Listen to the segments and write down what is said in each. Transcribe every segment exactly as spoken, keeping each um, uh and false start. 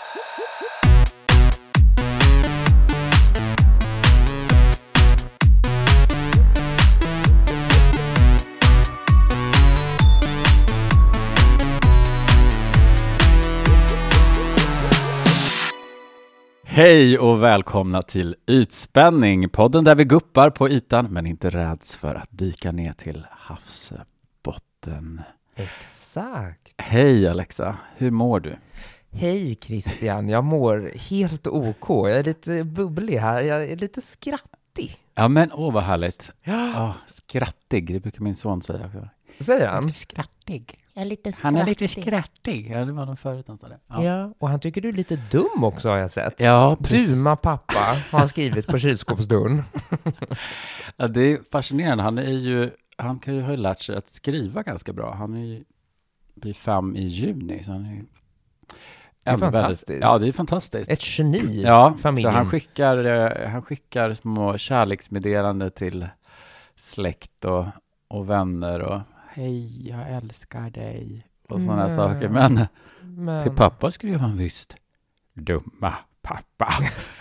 Hej och välkomna till Ytspänning, podden där vi guppar på ytan men inte räds för att dyka ner till havsbotten. Exakt. Hej Alexa, hur mår du? Hej Christian, jag mår helt OK. Jag är lite bubblig här, jag är lite skrattig. Ja men åh vad härligt. Ja. Oh, skrattig, det brukar min son säga. Säger han? Skrattig. Jag är lite Han är lite skrattig. Ja, det var någon förut han sa det. Ja. ja, och han tycker du är lite dum också har jag sett. Ja, precis. Duma pappa har han skrivit på kylskåpsdörren. Ja, det är fascinerande. Han är ju, han kan ju ha lärt sig att skriva ganska bra. Han är ju blir fem i juni, så han är ju det är fantastiskt. Väldigt, ja, det är fantastiskt. Ett geni. Ja, familjen. Så han skickar, eh, han skickar små kärleksmeddelanden till släkt och, och vänner och hej, jag älskar dig och sådana Nej. saker. Men, Men till pappa skrev han visst dumma pappa.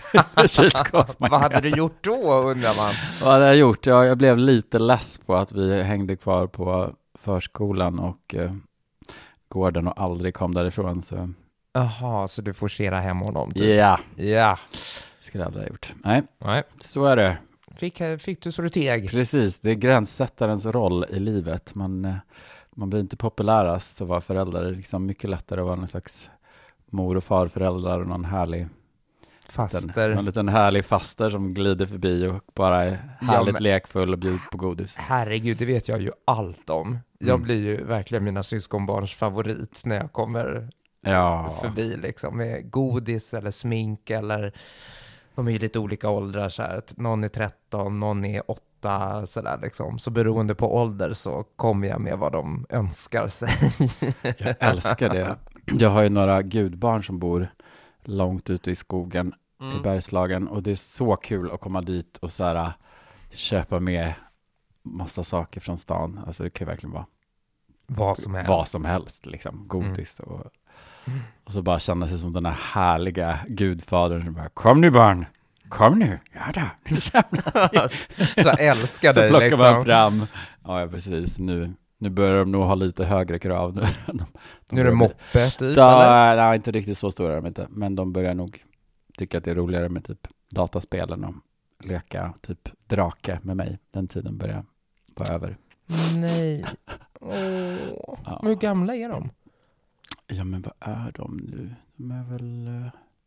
vad hade du gjort då, undrar man? Vad hade jag gjort? Ja, jag blev lite less på att vi hängde kvar på förskolan och eh, gården och aldrig kom därifrån. Så Jaha, så du forcerar hem honom? ja, yeah. Ja. Skulle jag aldrig ha gjort. Nej, Nej. så är det. Fick, fick du så du teg? Precis, det är gränssättarens roll i livet. Man, eh, man blir inte populärast att vara förälder. Det är liksom mycket lättare att vara någon slags mor- och farföräldrar och någon härlig faster. En liten härlig faster som glider förbi och bara är härligt ja, men, lekfull och bjuder på godis. Herregud, det vet jag ju allt om. Jag Mm. blir ju verkligen mina syskonbarns favorit när jag kommer ja. förbi liksom, med godis eller smink eller de är ju lite olika åldrar så här. Någon är tretton, någon är åtta sådär liksom. Så beroende på ålder så kommer jag med vad de önskar sig. Jag älskar det. Jag har ju några gudbarn som bor långt ute i skogen mm. i Bergslagen och det är så kul att komma dit och så här, köpa med massa saker från stan. Alltså det kan verkligen vara vad som helst. Vad som helst liksom. Godis mm. och, och så bara känna sig som den här härliga gudfadern som bara, kom nu barn, kom nu, ja då, nu samlas vi. Så älskar dig så plockar liksom. man fram, ja precis, nu Nu börjar de nog ha lite högre krav. De, de nu är det moppe typ, da, eller? Nej, inte riktigt så stora är de inte. Men de börjar nog tycka att det är roligare med typ dataspelen och leka typ drake med mig. Den tiden börjar vara över. Nej. Åh. Ja. Men hur gamla är de? Ja, men vad är de nu? De är väl uh,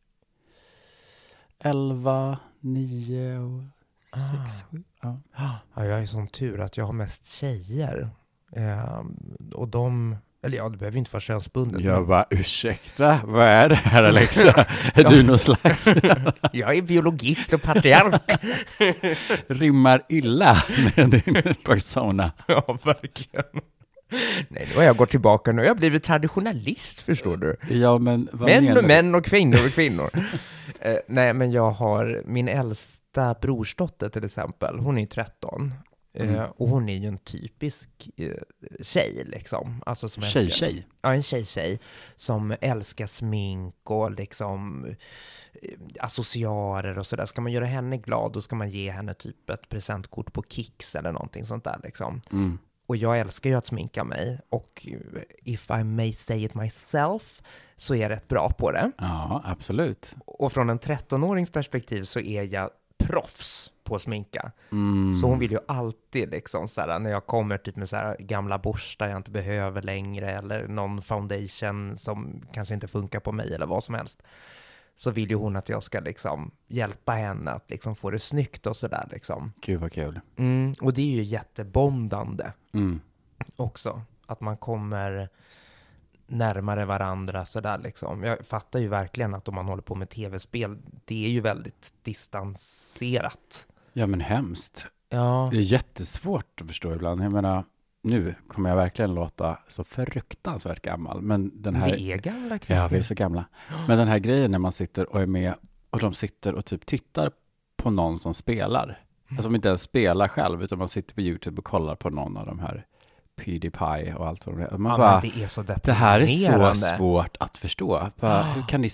elva, nio och sex, sju. Ja. Ja, jag är sån tur att jag har mest tjejer. Eh, och de, eller ja, det behöver inte vara könsbundet. Jag men... bara, ursäkta, vad är det här Alexa? Är du någon slags? Jag är biologist och patriark. Rimmar illa med din persona. Ja, verkligen. Nej, nu har jag gått tillbaka nu. Jag har blivit traditionalist, förstår du. Ja, men vad män menar och du? män och kvinnor och kvinnor. eh, nej, men jag har min äldsta brorsdotter till exempel. Hon är tretton. Mm. Uh, och hon är ju en typisk uh, tjej liksom. Alltså som tjej, älskar, tjej. Ja, en tjej, tjej. Som älskar smink och liksom uh, accessoarer och sådär. Ska man göra henne glad, då ska man ge henne typ ett presentkort på Kicks eller någonting sånt där liksom. Mm. Och jag älskar ju att sminka mig. Och if I may say it myself, så är jag rätt bra på det. Ja, absolut. Och från en tretton-årings perspektiv så är jag proffs på att sminka. Mm. Så hon vill ju alltid liksom såhär, när jag kommer typ med såhär gamla borstar jag inte behöver längre eller någon foundation som kanske inte funkar på mig eller vad som helst, så vill ju hon att jag ska liksom hjälpa henne att liksom få det snyggt och sådär liksom. Gud vad kul. Mm, och det är ju jättebondande mm. också. Att man kommer närmare varandra sådär liksom. Jag fattar ju verkligen att om man håller på med tv-spel, det är ju väldigt distanserat. Ja, men hemskt. Ja. Det är jättesvårt att förstå ibland. Jag menar, nu kommer jag verkligen låta så fruktansvärt gammal. Men den här... Vi är gamla, Christian. Ja, vi är så gamla. Men den här grejen när man sitter och är med och de sitter och typ tittar på någon som spelar. Mm. Alltså de inte ens spelar själv, utan man sitter på YouTube och kollar på någon av de här PewDiePie och allt vad de är. Man ja, bara, men det är så det här är så svårt att förstå. Bara, hur kan ni sitta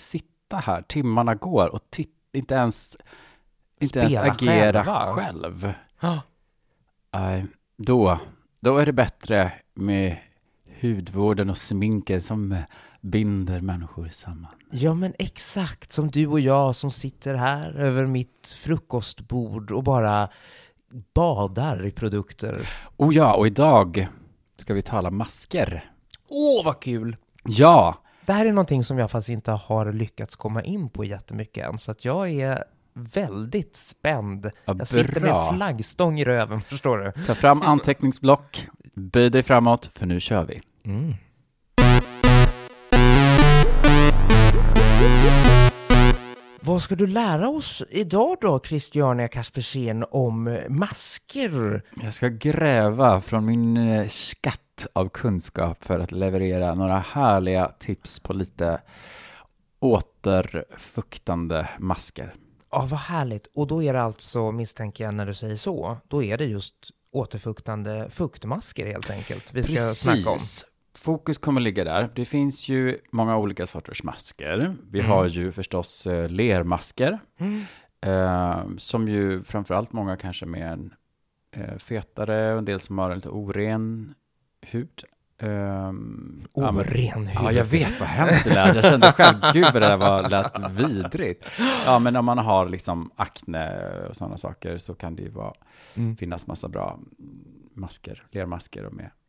sitta här, timmarna går och titta, inte ens, inte ens Spela agera själva. själv. Ja. Nej, då, då är det bättre med hudvården och sminken som binder människor samman. Ja, men exakt som du och jag som sitter här över mitt frukostbord och bara badar i produkter. Oh ja, och idag ska vi tala masker. Åh, vad kul! Ja! Det här är någonting som jag faktiskt inte har lyckats komma in på jättemycket än, så att jag är väldigt spänd. Ja, jag sitter bra. med flaggstång i röven, förstår du? Ta fram anteckningsblock, böj dig framåt, för nu kör vi. Mm. Vad ska du lära oss idag då, Christiania Kaspersen, om masker? Jag ska gräva från min eh, skatt av kunskap för att leverera några härliga tips på lite återfuktande masker. Ja, vad härligt. Och då är det alltså, misstänker jag när du säger så, då är det just återfuktande fuktmasker helt enkelt vi ska snacka om. Fokus kommer ligga där. Det finns ju många olika sorters masker. Vi Mm. har ju förstås eh, lermasker. Mm. Eh, som ju framförallt många kanske med en eh, fetare och en del som har en lite oren hud. Um, ja, men- Oren hud. Ja, jag vet vad hemskt det lät. Jag kände själv, gud vad det där var, lät vidrigt. Ja, men om man har liksom akne och sådana saker så kan det ju vara, Mm. finnas massa bra masker, lermasker och med.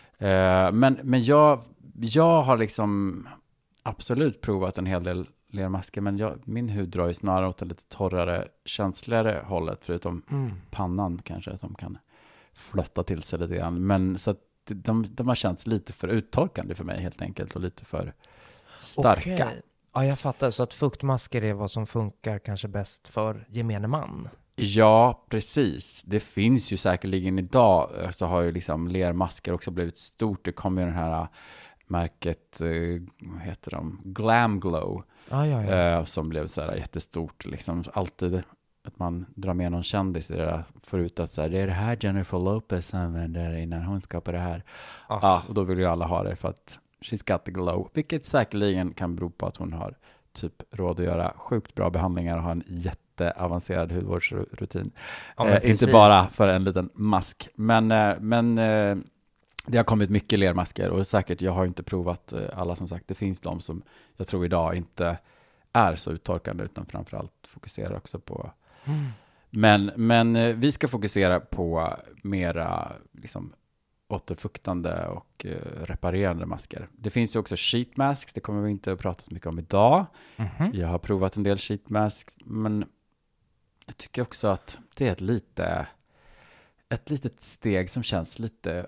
Eh, men men jag, jag har liksom absolut provat en hel del lermasker, men jag, min hud drar ju snarare åt det lite torrare, känsligare hållet, förutom Mm. pannan kanske som kan flotta till sig lite grann. Men så att de, de har känts lite för uttorkande för mig helt enkelt och lite för starka. Okej. Ja, jag fattar. Så att fuktmasker är vad som funkar kanske bäst för gemene man. Ja, precis. Det finns ju säkerligen idag, så har ju liksom lermasker också blivit stort. Det kommer ju den här märket, eh, vad heter de? Glam Glow, Ja, ja, ja. eh, som blev så här jättestort. Liksom alltid att man drar med någon kändis i det där förut, att så här, det är det här Jennifer Lopez använder innan hon skapar det här. Ah. Ja, och då vill ju alla ha det för att she's got the glow, vilket säkerligen kan bero på att hon har typ råd att göra sjukt bra behandlingar och ha en jätteavancerad hudvårdsrutin. Ja, men eh, inte precis. bara för en liten mask. Men, eh, men eh, det har kommit mycket lermasker och säkert, jag har inte provat eh, alla som sagt. Det finns de som jag tror idag inte är så uttorkande utan framförallt fokuserar också på. Mm. Men, men eh, vi ska fokusera på mera liksom, återfuktande och eh, reparerande masker. Det finns ju också sheet masks, det kommer vi inte att prata så mycket om idag. Mhm. Jag har provat en del sheet masks, men jag tycker också att det är ett lite ett litet steg som känns lite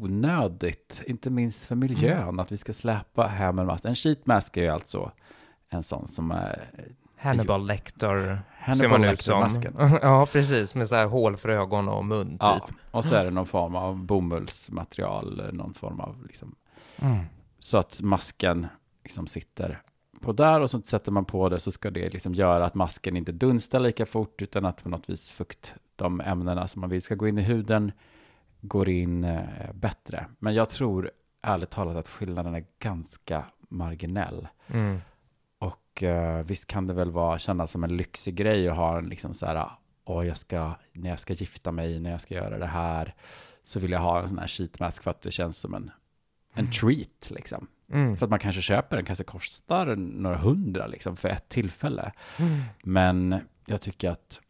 onödigt, inte minst för miljön, Mm. att vi ska släppa hem en mask. En sheet mask är ju alltså en sån som är Hannibal Lecter ser Hannibal man ut som. Lecter-masken. Ja, precis. Med så här hål för ögon och mun, typ. Ja, och så är det någon form av bomullsmaterial, någon form av liksom, Mm. så att masken liksom sitter på där och så sätter man på det, så ska det liksom göra att masken inte dunstar lika fort utan att på något vis fukt, de ämnena som man vill ska gå in i huden går in eh, bättre. Men jag tror ärligt talat att skillnaden är ganska marginell. Mm. Och eh, visst kan det väl vara kännas som en lyxig grej att ha en liksom så här, åh, jag ska, när jag ska gifta mig, när jag ska göra det här, så vill jag ha en sån här sheet mask för att det känns som en, en treat liksom. Mm. För att man kanske köper den, kanske kostar några hundra liksom för ett tillfälle. Mm. Men jag tycker att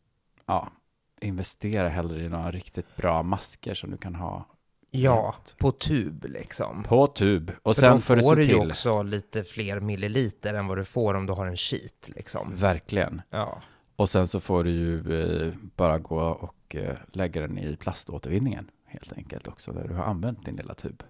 ja, investera hellre i några riktigt bra masker som du kan ha Ja, på tub liksom. på tub. Och För sen då får du får se du ju till. också lite fler milliliter än vad du får om du har en sheet liksom. Verkligen. Ja. Och sen så får du ju eh, bara gå och eh, lägga den i plaståtervinningen helt enkelt också, där du har använt din lilla tub.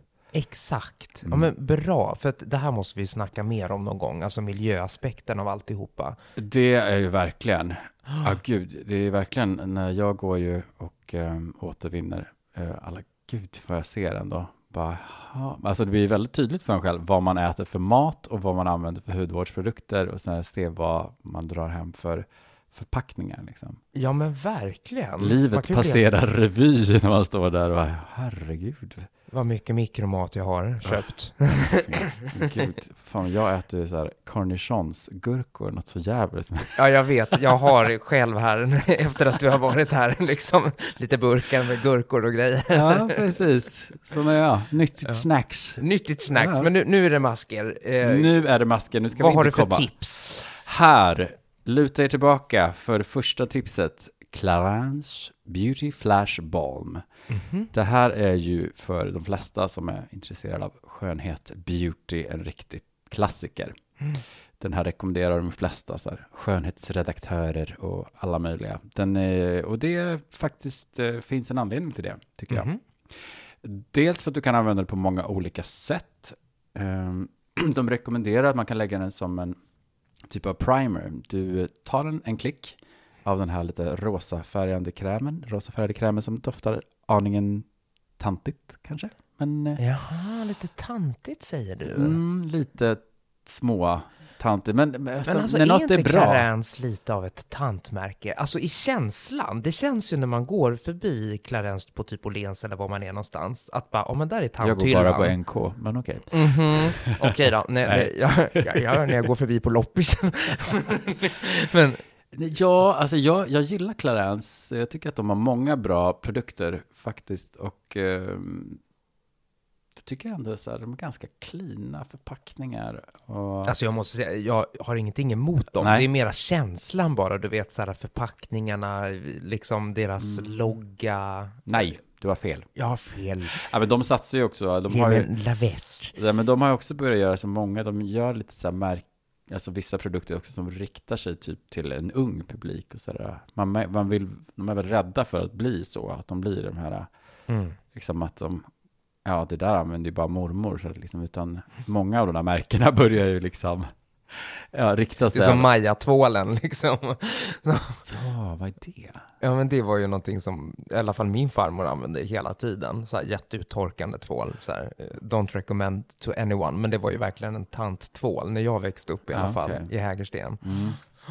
Exakt. Mm. Ja, men bra, för att det här måste vi snacka mer om någon gång, alltså miljöaspekten av alltihopa. Det är ju verkligen, ja ah, gud, det är verkligen när jag går ju och eh, återvinner eh, alla, gud vad jag ser ändå. Bara, ja. Alltså det blir väldigt tydligt för en själv vad man äter för mat och vad man använder för hudvårdsprodukter och sen se vad man drar hem för förpackningar liksom. Ja, men verkligen. Man Livet kan ju bli- passerar revy när man står där och bara, herregud. Vad mycket mikromat jag har köpt. Gud, fan, jag äter så här cornichonsgurkor, något så jävligt. Ja, jag vet. Jag har själv här, efter att du har varit här, liksom lite burkar med gurkor och grejer. Ja, precis. Så när jag, nyttigt ja. snacks. Nyttigt snacks, ja. men nu, nu är det masker. Eh, nu är det masker, nu ska vad vi har inte du för komma. tips? Här, luta er tillbaka för första tipset. Clarins Beauty Flash Balm. Mm-hmm. Det här är ju för de flesta som är intresserade av skönhet, beauty, en riktig klassiker. Mm. Den här rekommenderar de flesta så här, skönhetsredaktörer och alla möjliga. Den är, och det faktiskt eh, finns en anledning till det, tycker mm-hmm. jag. Dels för att du kan använda det på många olika sätt. Um, de rekommenderar att man kan lägga den som en typ av primer. Du tar en, en klick av den här lite rosa färgande krämen. Rosa färgade krämen som doftar aningen tantigt kanske. Men, jaha, lite tantigt säger du. Mm, lite små tantigt. Men, men alltså, alltså när är något inte är bra. Clarins lite av ett tantmärke? Alltså i känslan. Det känns ju när man går förbi Clarins på typ Åhléns eller var man är någonstans. Att bara, oh, men där är tanthyllan. Jag går bara på N K, men okej. Okay. Mm-hmm. Okej okay då. Nej, nej, jag, jag, jag, när jag går förbi på loppis. Men... Ja, alltså jag, jag gillar Clarins. Jag tycker att de har många bra produkter faktiskt. Och eh, jag tycker ändå så här, de är ganska cleana förpackningar. Och... Alltså jag måste säga, jag har ingenting emot dem. Nej. Det är mera känslan bara. Du vet så här förpackningarna, liksom deras mm. logga. Nej, du har fel. Jag har fel. Ja, men de satsar ju också. De Ge har ju, en lavett. Ja, men de har ju också börjat göra så många. De gör lite så här märk. Alltså vissa produkter också som riktar sig typ till en ung publik och sådär. Man, man vill, de är väl rädda för att bli så, att de blir de här, mm. liksom att de, ja det där använder ju bara mormor, så att liksom, utan många av de där märkena börjar ju liksom, ja, rikta sig. Det är som Maja-tvålen liksom. Så. Ja, vad är det? Ja, men det var ju någonting som i alla fall min farmor använde hela tiden. Så här jätteuttorkande tvål. Så här, don't recommend to anyone. Men det var ju verkligen en tanttvål när jag växte upp i alla ah, fall okay. i Hägersten. Mm.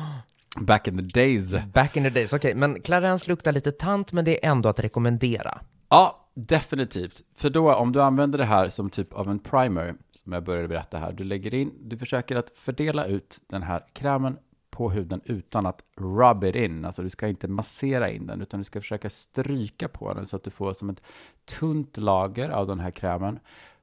Back in the days. Back in the days, okej. Okay. Men Clarins luktar lite tant, men det är ändå att rekommendera. Ja, definitivt. För då, om du använder det här som typ av en primer, som jag började berätta här, du lägger in, du försöker att fördela ut den här krämen på huden utan att rub it in. Alltså du ska inte massera in den, utan du ska försöka stryka på den så att du får som ett tunt lager av den här krämen.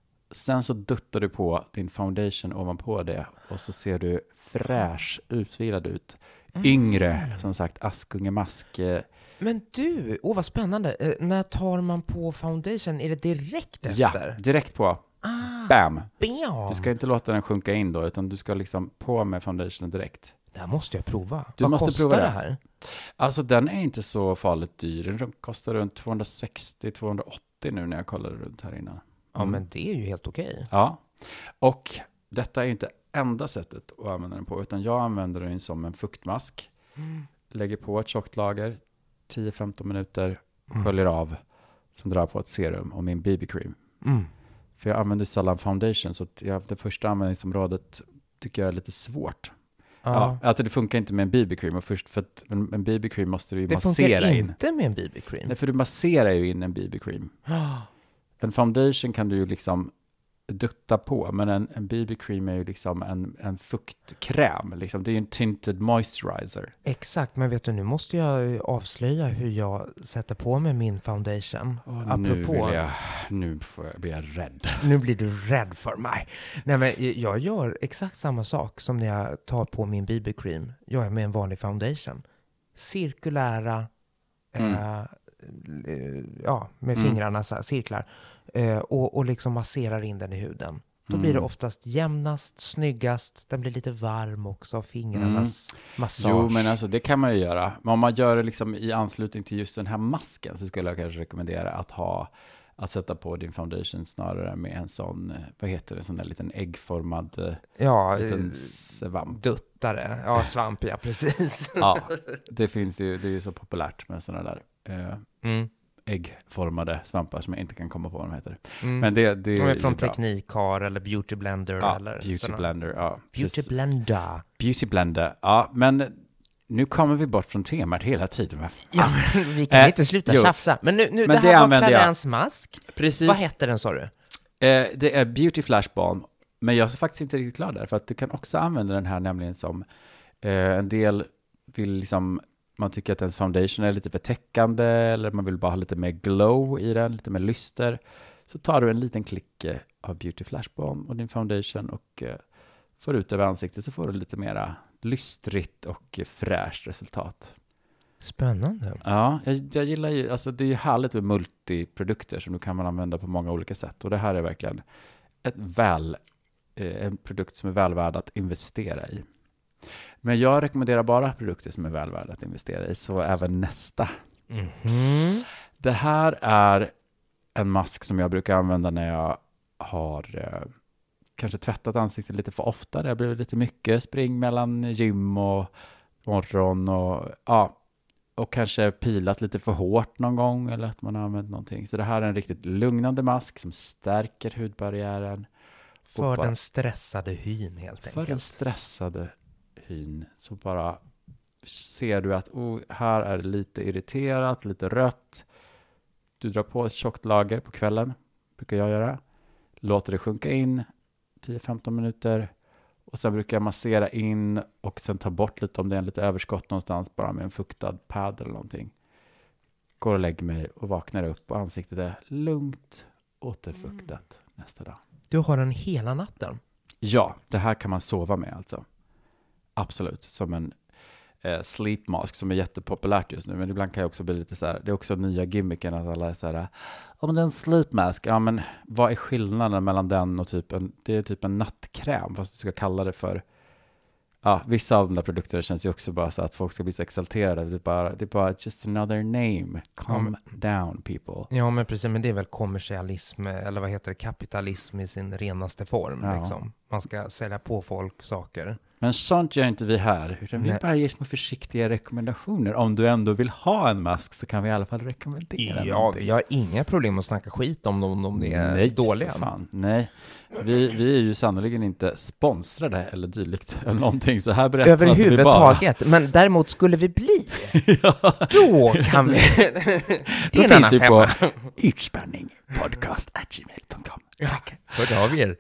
Sen så duttar du på din foundation ovanpå det och så ser du fräsch, utvilad ut. Mm. Yngre, som sagt, Askungemask. Men du, åh vad spännande. Eh, när tar man på foundation? Är det direkt efter? Ja, direkt på. Ah, Bam. Bam! Du ska inte låta den sjunka in då, utan du ska liksom på med foundationen direkt. Det här måste jag prova. Du vad måste kostar prova det det här? Alltså den är inte så farligt dyr. Den kostar runt tvåhundrasextio till tvåhundraåttio nu när jag kollade runt här innan. Mm. Ja, men det är ju helt okej. Ja, och detta är inte enda sättet att använda den på, utan jag använder den som en fuktmask. Mm. Lägger på ett tjockt lager, tio till femton minuter, mm. sköljer av, sen drar jag på ett serum och min B B-cream. Mm. För jag använder sällan foundation, så att jag, det första användningsområdet tycker jag är lite svårt. Ja, alltså det funkar inte med en B B-cream, och först för att en, en B B-cream måste du ju det massera in. Det funkar inte med en B B-cream. Nej, för du masserar ju in en B B-cream. En foundation kan du ju liksom dutta på, men en, en B B-cream är ju liksom en, en fuktkräm. Liksom. Det är ju en tinted moisturizer. Exakt, men vet du, nu måste jag avslöja hur jag sätter på mig min foundation. Oh, Apropå, nu, vill jag, nu får jag, blir jag rädd. Nu blir du rädd för mig. Nej, men jag gör exakt samma sak som när jag tar på min B B-cream. Jag är med en vanlig foundation. Cirkulära, mm. eh, ja, med mm. fingrarna så här, cirklar. Uh, och, och liksom masserar in den i huden. Då mm. blir det oftast jämnast, snyggast. Den blir lite varm också av fingrarnas mm. massage. Jo, men alltså det kan man ju göra. Men om man gör det liksom i anslutning till just den här masken, så skulle jag kanske rekommendera att ha att sätta på din foundation snarare med en sån, vad heter det, sån där liten äggformad ja, liten svamp. Duttare. Ja, svamp, ja, precis. Ja, det finns ju, det är ju så populärt med såna där uh, mm. äggformade svampar som jag inte kan komma på vad de heter. Mm. Men det, det de är från Teknikar eller Beauty Blender. Ja, eller Beauty såna. Blender. Ja, Beauty Blender. Beauty Blender. Ja, men nu kommer vi bort från temat hela tiden. Ja, men vi kan äh, inte sluta jo. tjafsa. Men nu, nu men det här det var Clarins mask. Precis. Vad heter den, sa du? Eh, det är Beauty Flash Balm. Men jag är faktiskt inte riktigt klar där. För att du kan också använda den här nämligen som eh, en del vill liksom, man tycker att ens foundation är lite för täckande. Eller man vill bara ha lite mer glow i den, lite mer lyster. Så tar du en liten klick av Beauty Flash Balm och din foundation och eh, får ut över ansiktet, så får du lite mera lystrigt och fräscht resultat. Spännande. Ja, jag, jag gillar ju, alltså det är ju härligt med multiprodukter som du kan man använda på många olika sätt. Och det här är verkligen ett väl, eh, en produkt som är väl värd att investera i. Men jag rekommenderar bara produkter som är väl värda att investera i, så även nästa. Mm-hmm. Det här är en mask som jag brukar använda när jag har eh, kanske tvättat ansiktet lite för ofta. Det har blivit lite mycket spring mellan gym och morgon och ja, och kanske pilat lite för hårt någon gång eller att man har använt någonting. Så det här är en riktigt lugnande mask som stärker hudbarriären. För bara, den stressade hyn helt för enkelt. För den stressade hyn så bara ser du att oh, här är det lite irriterat, lite rött. Du drar på ett tjockt lager på kvällen, brukar jag göra. Låter det sjunka in tio till femton minuter. Och sen brukar jag massera in och sen ta bort lite om det är en lite överskott någonstans, bara med en fuktad pad eller någonting. Går och lägger mig och vaknar upp och ansiktet är lugnt återfuktat mm. nästa dag. Du har den hela natten? Ja, det här kan man sova med alltså. Absolut, som en eh, sleep mask som är jättepopulärt just nu. Men ibland kan jag också bli lite så här, det är också nya gimmicken att alla är så här, om det är en sleep mask, ja men vad är skillnaden mellan den och typ en, det är typ en nattkräm, fast du ska kalla det för, ja, vissa av de där produkterna känns ju också bara så att folk ska bli så exalterade. Det är bara, det är bara just another name. Calm ja, down people. Ja, men precis, men det är väl kommersialism, eller vad heter det, kapitalism i sin renaste form. Ja. Liksom. Man ska sälja på folk saker. Men sånt gör inte vi här, utan vi bara ger små försiktiga rekommendationer. Om du ändå vill ha en mask så kan vi i alla fall rekommendera. Ja, någonting. Vi har inga problem att snacka skit om dem om det är Nej, dåliga. Fan. Nej, vi, vi är ju sannoliken inte sponsrade eller dylikt eller någonting. Så här berättar överhuvudtaget, bara... men däremot skulle vi bli. Ja. Då kan vi... Då finns vi på ytspanningpodcast at gmail dot com. Ja, hörde av er.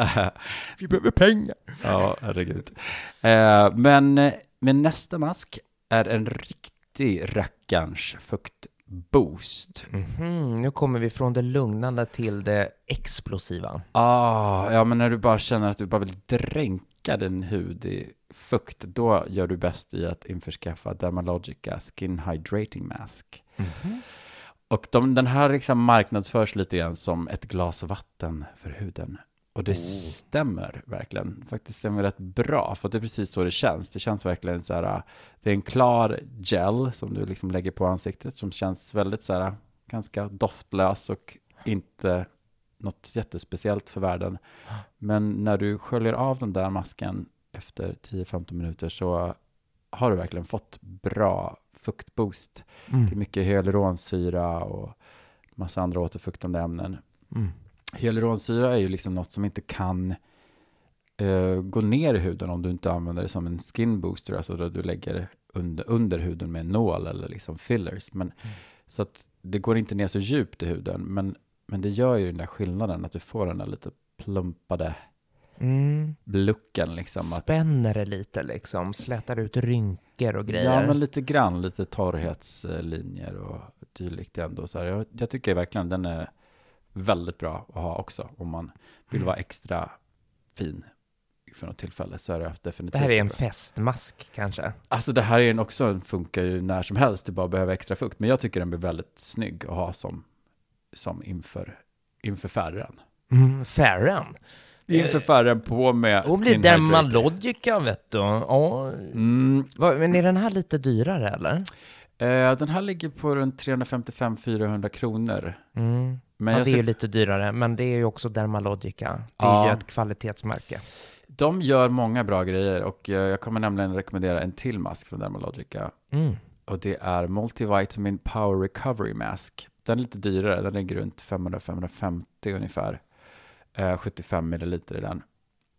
Vi behöver pengar. Ja, herregud. Eh, men, men nästa mask är en riktig rackarns fuktboost. Mm-hmm. Nu kommer vi från det lugnande till det explosiva. Ah, ja, men när du bara känner att du bara vill dränka din hud i fukt, då gör du bäst i att införskaffa Dermalogica Skin Hydrating Mask. Mm-hmm. Och de, den här liksom marknadsförs lite grann som ett glas vatten för huden. Och det oh. stämmer verkligen. Faktiskt stämmer rätt bra. För det är precis så det känns. Det känns verkligen så här. Det är en klar gel som du liksom lägger på ansiktet. Som känns väldigt så här. Ganska doftlös och inte något jättespeciellt för världen. Men när du sköljer av den där masken efter tio till femton minuter så har du verkligen fått bra fuktboost. Mm. Det är mycket hyaluronsyra och massa andra återfuktande ämnen. Mm. Hyaluronsyra är ju liksom något som inte kan uh, gå ner i huden om du inte använder det som en skin booster, alltså då du lägger under, under huden med en nål eller liksom fillers. Men, mm. Så att det går inte ner så djupt i huden, men, men det gör ju den där skillnaden att du får den där lite plumpade mm. looken. Liksom, spänner det lite liksom, slätar ut rynkor och grejer. Ja, men lite grann, lite torrhetslinjer och dylikt ändå. Så här, jag, jag tycker verkligen den är väldigt bra att ha också om man vill vara extra fin för något tillfälle, så är det definitivt. Det här är en festmask kanske? Alltså det här är en också, den funkar ju när som helst, du bara behöver extra fukt. Men jag tycker den blir väldigt snygg att ha som, som inför, inför färren. Mm, färren? Inför färren på med och blir Dermalogica, vet du. Ja. Mm. Men är den här lite dyrare eller? Eh, den här ligger på runt trehundrafemtiofem till fyrahundra kronor. Mm. Men ja, det är ser... ju lite dyrare, men det är ju också Dermalogica. Det är ja. ju ett kvalitetsmärke. De gör många bra grejer och jag kommer nämligen rekommendera en till mask från Dermalogica. Mm. Och det är Multivitamin Power Recovery Mask. Den är lite dyrare, den ligger runt femhundra till femhundrafemtio ungefär. Eh, sjuttiofem milliliter i den.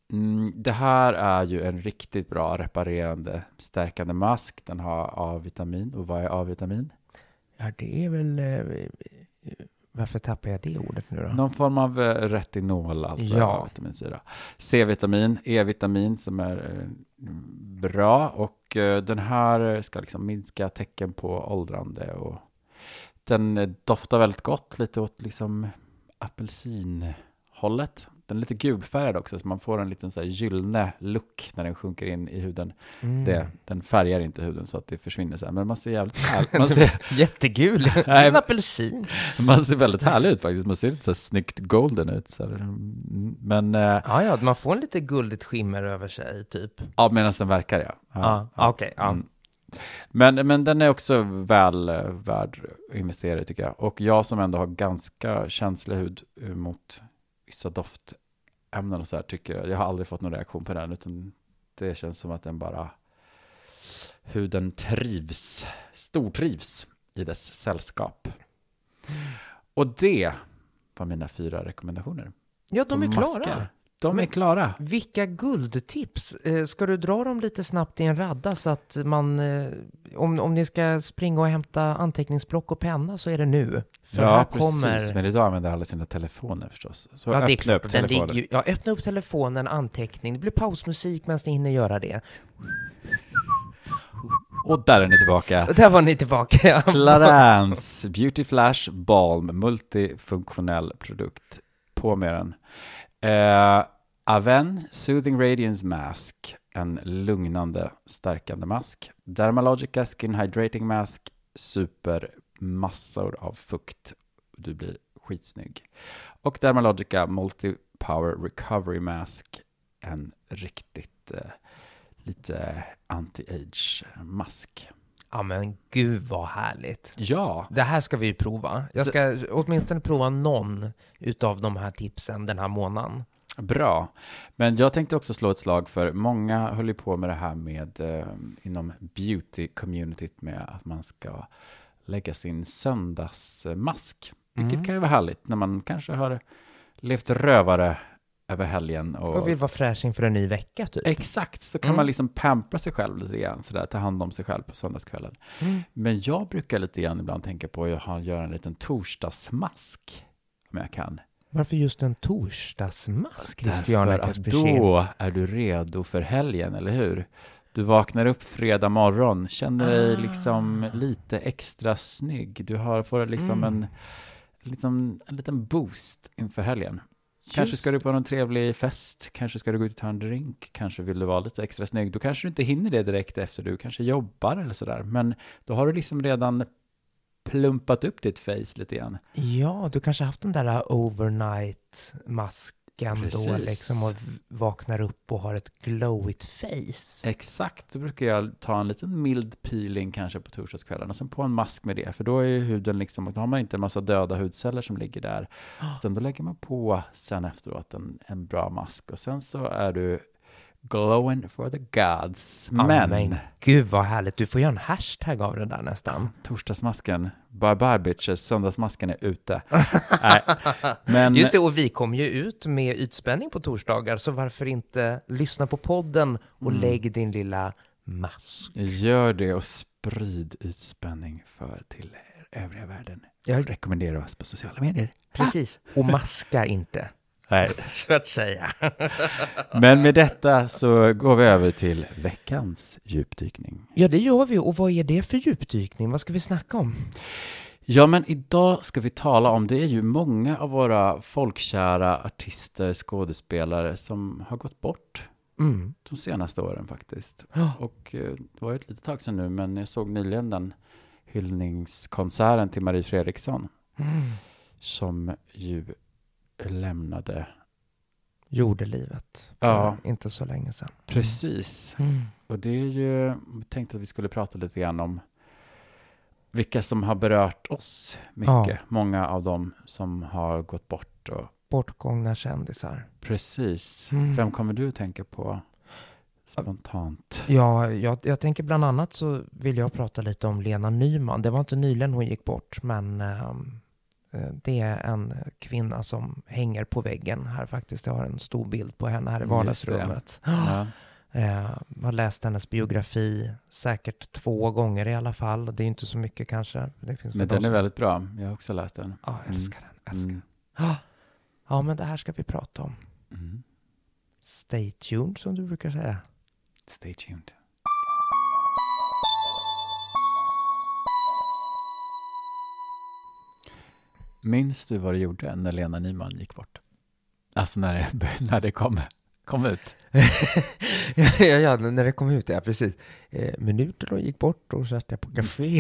Mm, det här är ju en riktigt bra reparerande, stärkande mask. Den har A-vitamin. Och vad är A-vitamin? Ja, det är väl... Eh, varför tappar jag det ordet nu då? Någon form av eh, retinol, alltså Ja. vitaminsyra. C-vitamin, E-vitamin som är eh, bra. Och eh, den här ska liksom minska tecken på åldrande. Och den eh, doftar väldigt gott, lite åt liksom apelsinhållet. Den är lite gulfärgad också, så man får en liten så här gyllene look när den sjunker in i huden. Mm. Det, den färgar inte huden så att det försvinner sen. Men man ser jävligt härlig, man ser, Jättegul. Nej, En apelsin. man ser väldigt härlig ut faktiskt. Man ser lite så här snyggt golden ut. Så här. Men eh, Ja, ja, man får en lite guldigt skimmer över sig, typ. ja, medan den verkar, ja. Ja, ja. okej. Ja. Mm. Men, men den är också väl eh, värd att investera i, tycker jag. Och jag som ändå har ganska känslig hud eh, mot vissa doftämnen och så här, tycker jag. Jag har aldrig fått någon reaktion på den, utan det känns som att den bara... Huden trivs, stortrivs i dess sällskap. Och det var mina fyra rekommendationer. Ja, de är Masker. klara. De Men är klara. Vilka guldtips. Eh, ska du dra dem lite snabbt i en radda så att man, eh, om, om ni ska springa och hämta anteckningsblock och penna så är det nu. För Ja, här precis. kommer... Men idag använder alla sina telefoner förstås. Så Ja, det är öppna klart. upp Den telefonen. ligger ju, ja, öppna upp telefonen, anteckning. Det blir pausmusik medan ni hinner göra det. Och där är ni tillbaka. Och där var ni tillbaka. Clarins Beauty Flash Balm, multifunktionell produkt. På med den. Eh, Aven Soothing Radiance Mask, en lugnande, stärkande mask. Dermalogica Skin Hydrating Mask, supermassor av fukt. Du blir skitsnygg. Och Dermalogica Multi Power Recovery Mask, en riktigt eh, lite anti-age mask. Ja, men gud vad härligt. Ja. Det här ska vi ju prova. Jag ska åtminstone prova någon utav de här tipsen den här månaden. Bra. Men jag tänkte också slå ett slag för många höll ju på med det här med eh, inom beauty-communityt med att man ska lägga sin söndagsmask. Vilket Mm. kan ju vara härligt när man kanske har levt rövare över helgen. Och, Och vill vara fräsch inför en ny vecka typ. Exakt, så kan Mm. man liksom pampra sig själv lite grann, sådär, ta hand om sig själv på söndagskvällen. Mm. Men jag brukar lite grann ibland tänka på att göra en liten torsdagsmask om jag kan. Varför just en torsdagsmask, Därför Christiana att Kaspersen? då är du redo för helgen, eller hur? Du vaknar upp fredag morgon, känner dig Ah. liksom lite extra snygg. Du har, får liksom Mm. en, liksom, en liten boost inför helgen. Kanske Just ska du på någon trevlig fest, kanske ska du gå ut och ta en drink, kanske vill du vara lite extra snygg. Då kanske du inte hinner det direkt efter, du kanske jobbar eller sådär. Men då har du liksom redan plumpat upp ditt face lite grann. Ja, du kanske haft den där overnight-masken Precis. då liksom och v- vaknar upp och har ett glowigt face. Exakt, då brukar jag ta en liten mild peeling kanske på torsdagskvällen och sen på en mask med det. För då är ju huden liksom, då har man inte en massa döda hudceller som ligger där. Utan då lägger man på sen efteråt en, en bra mask och sen så är du glowing for the gods. Ja, Men, men gud vad härligt, du får göra en hashtag av det där nästan. torsdagsmasken, bye bye bitches, söndagsmasken är ute. Nej, men Just det, och vi kom ju ut med ytspänning på torsdagar, så varför inte lyssna på podden och Mm. lägg din lilla mask. gör det och sprid utspänning för till övriga världen. Jag, Rekommendera oss på sociala medier. precis, och maska inte, Nej. så att säga. Men med detta så går vi över till veckans djupdykning. Ja, det gör vi, och vad är det för djupdykning? Vad ska vi snacka om? Ja, men idag ska vi tala om, det är ju många av våra folkkära artister, skådespelare som har gått bort Mm. de senaste åren faktiskt. Ja. Och eh, det var ju ett litet tag sedan nu, men jag såg nyligen den hyllningskonserten till Marie Fredriksson Mm. som ju lämnade. Jordelivet för Ja. inte så länge sedan. Precis. Mm. Och det är ju, jag tänkte att vi skulle prata lite grann om vilka som har berört oss mycket. Ja. Många av dem som har gått bort. Och Bortgångna kändisar. precis. Mm. Vem kommer du tänka på spontant? Ja, jag, jag tänker bland annat så vill jag prata lite om Lena Nyman. Det var inte nyligen hon gick bort, men ehm, Eh, det är en kvinna som hänger på väggen här faktiskt. Jag har en stor bild på henne här i vardagsrummet. Ja. Jag har läst hennes biografi säkert två gånger i alla fall. Det är inte så mycket kanske. Det finns Men den som... är väldigt bra. Jag har också läst den. Ja, jag älskar mm. den. Älskar. Mm. Ja, men det här ska vi prata om. Mm. Stay tuned, som du brukar säga. Stay tuned. Minns du vad du gjorde när Lena Nyman gick bort? Alltså när det, när det kom, kom ut. ja, ja, när det kom ut, ja, precis. Eh, minuter då gick bort och satt jag på café.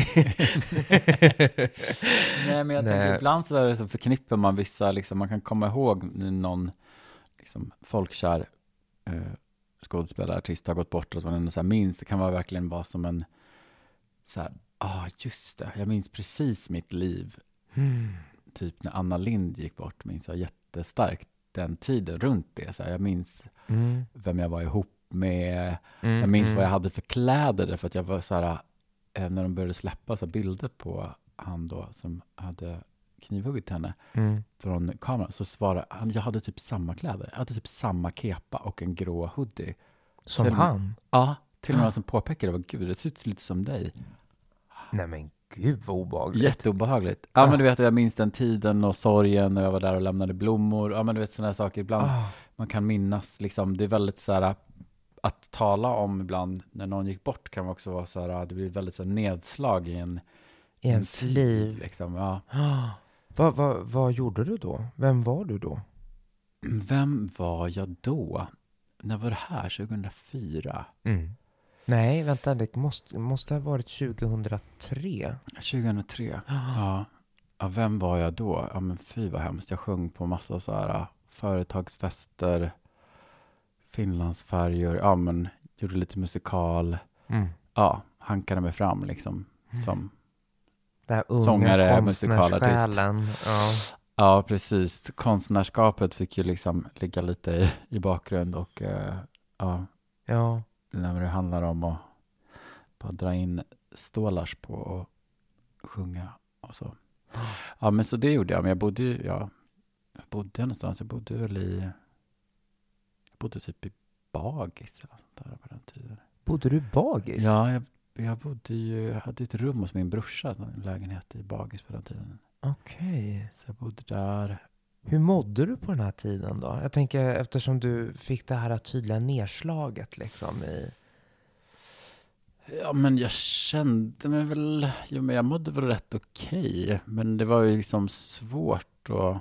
Nej, men jag Nej. tänker ibland så är det så förknippar man vissa, liksom, man kan komma ihåg någon liksom, folkkär eh, skådespelare, artist har gått bort och att man ändå så här minns, det kan vara verkligen vara som en så här, ah just det, jag minns precis mitt liv. Mm. Typ när Anna Lindh gick bort, minns jag jättestarkt den tiden runt det. Så här, jag minns Mm. vem jag var ihop med. Mm, Jag minns mm. vad jag hade för kläder. För att jag var så här, eh, när de började släppa så här, bilder på han då som hade knivhuggit henne Mm. från kameran. Så svarade han, jag hade typ samma kläder. Jag hade typ samma kepa och en grå hoodie. Som Till- han? Ja, till och med någon som påpekade, vad gud, det ser ut lite som dig. Nej men gud vad obehagligt. Jätteobehagligt. Ja, men du vet, jag minns den tiden och sorgen när jag var där och lämnade blommor. Ja, men du vet sådana här saker. Ibland Ah. man kan minnas, liksom, det är väldigt så här, att tala om ibland när någon gick bort kan också vara så här, det blir väldigt så här, nedslag i en I ens tid, liv. liksom, ja. Ah. Vad, vad, vad gjorde du då? Vem var du då? Vem var jag då? När var det här? tjugohundrafyra? Mm. Nej, vänta, det måste, måste ha varit tjugohundratre. tjugohundratre, ja. Ja, vem var jag då? Ja, men fy vad hemskt. Jag sjöng på massa så här företagsfester, Finlandsfärjor, ja men gjorde lite musikal. Mm. Ja, hankade mig fram liksom som Det här unga sångare, konstnärssjälen. Ja. ja, precis. Konstnärskapet fick ju liksom ligga lite i, i bakgrund och eh, ja, Ja. när det handlar om att bara dra in stålars på och sjunga och så. Ja, men så det gjorde jag. Men jag bodde ju, ja, jag bodde någonstans. Jag bodde väl i, jag bodde typ i Bagis eller sånt där på den tiden. Bodde du i Bagis? Ja, jag, jag bodde ju, jag hade ett rum hos min brorsa, en lägenhet i Bagis på den tiden. Okej. Så jag bodde där. Hur mådde du på den här tiden då? Jag tänker eftersom du fick det här tydliga nedslaget liksom i... Ja, men jag kände mig väl, jo, men jag mådde väl rätt okej. Men det var ju liksom svårt och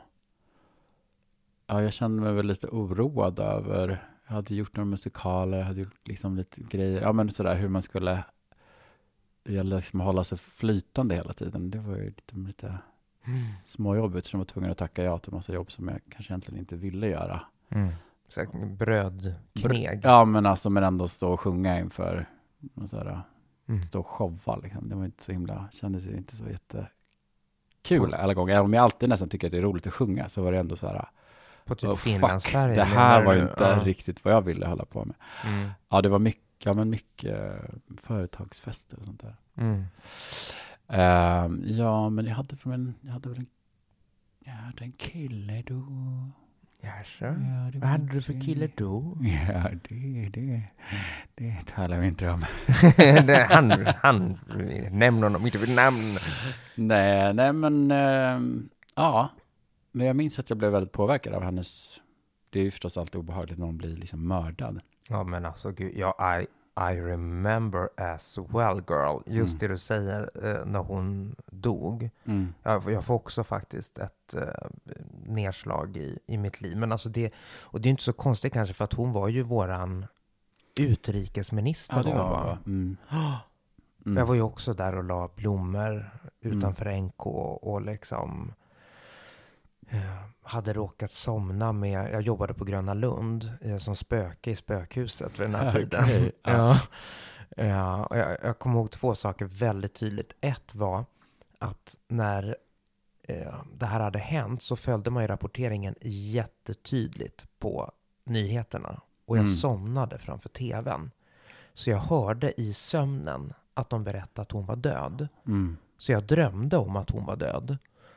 ja, jag kände mig väl lite oroad över, jag hade gjort några musikaler, jag hade gjort liksom lite grejer, ja men sådär hur man skulle, det gällde liksom att hålla sig flytande hela tiden. Det var ju lite, lite Mm. småjobbigt, så jag var tvungen att tacka ja till massa jobb som jag kanske egentligen inte ville göra. Mm. Så här, brödkneg. Ja, men alltså, men ändå stå och sjunga inför och sådär, Mm. stå och showa liksom. Det var inte så himla, kändes inte så jättekul alla gånger. Även om jag alltid nästan tycker att det är roligt att sjunga, så var det ändå så här, På typ oh, Finlandsfärgen. det här var du? inte Ja. riktigt vad jag ville hålla på med. Mm. Ja, det var mycket, ja, men mycket uh, företagsfester och sånt där. Mm. Uh, ja, men jag hade, för en, jag hade väl en, jag hade en kille då. Jaså? Ja, det Vad var hade du för kille då? Ja, det, det, det talar vi inte om. Det- han, han nämner honom inte vid namn. Nej, nej men ehm, ja, men jag minns att jag blev väldigt påverkad av hennes, det är ju förstås alltid obehagligt när hon blir liksom mördad. Ja men alltså gud, ja, I, I remember as well girl. Just Mm. det du säger eh, när hon dog. Mm. Jag, jag får också faktiskt ett eh, nedslag i, i mitt liv. Men alltså det, och det är inte så konstigt kanske för att hon var ju våran utrikesminister Ja, det då, var va? va? Mm. Mm. Jag var ju också där och la blommor utanför N K och, och liksom eh, hade råkat somna med, jag jobbade på Gröna Lund eh, som spöke i spökhuset vid den här Okej, tiden. ja. Ja. Ja, och jag, jag kommer ihåg två saker väldigt tydligt. Ett var att när eh, det här hade hänt så följde man ju rapporteringen jättetydligt på nyheterna. Och jag Mm. somnade framför tvn. Så jag hörde i sömnen att de berättade att hon var död. Mm. Så jag drömde om att hon var död.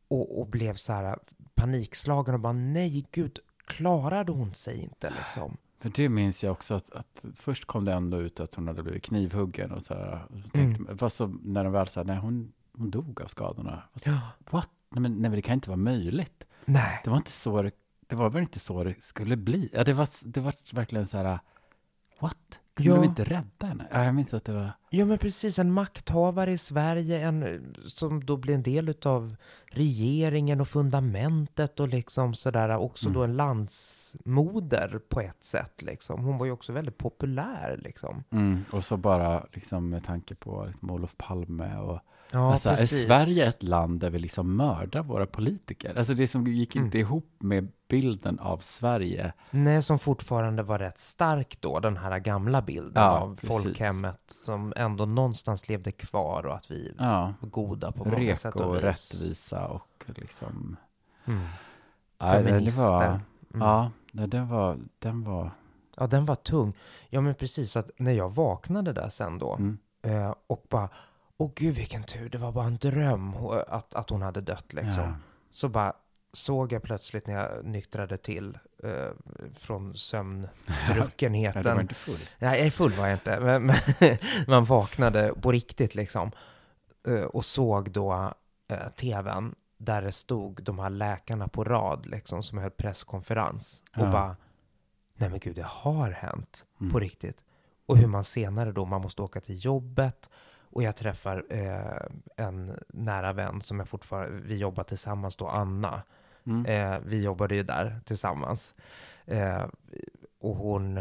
och, och blev så här panikslagen och bara nej gud, klarade hon sig inte liksom? För det minns jag också att, att först kom det ändå ut att hon hade blivit knivhuggen och så här. Och så tänkte, mm. Fast så när de väl sa nej hon, hon dog av skadorna. Så, ja. What? Nej men, nej men det kan inte vara möjligt. Nej. Det var inte så det, det var väl inte så det skulle bli. Ja, det var, det var verkligen så här, what? Kunde ja. de inte rädda henne? Ja, jag minns att det var... Ja, men precis. En makthavare i Sverige, en, som då blir en del av regeringen och fundamentet och liksom sådär. Också mm. då en landsmoder på ett sätt liksom. Hon var ju också väldigt populär liksom. Mm. Och så bara liksom med tanke på liksom, Olof Palme och... Ja, alltså, precis. är Sverige ett land där vi liksom mördar våra politiker? Alltså det som gick inte mm. ihop med bilden av Sverige. Nej, som fortfarande var rätt stark då, den här gamla bilden ja, av precis. folkhemmet som ändå någonstans levde kvar och att vi ja. var goda på många Rek sätt och och vis. rättvisa och liksom... Mm. Ja, det var, mm. ja, den var, den var... Ja, den var tung. Ja, men precis. Så att när jag vaknade där sen då mm. eh, och bara... Åh gud vilken tur, det var bara en dröm att, att hon hade dött liksom. Ja. Så bara såg jag plötsligt när jag nyktrade till eh, från sömndruckenheten. Ja, du var inte full. Nej, jag är full var jag inte. Men, men man vaknade på riktigt liksom. Eh, och såg då eh, tvn där det stod de här läkarna på rad liksom som höll presskonferens. Och ja. bara, nej men gud det har hänt mm. på riktigt. Och hur man senare då, man måste åka till jobbet. Och jag träffar eh, en nära vän som jag fortfarande, vi jobbar tillsammans då, Anna. Mm. Eh, vi jobbade ju där tillsammans. Eh, och hon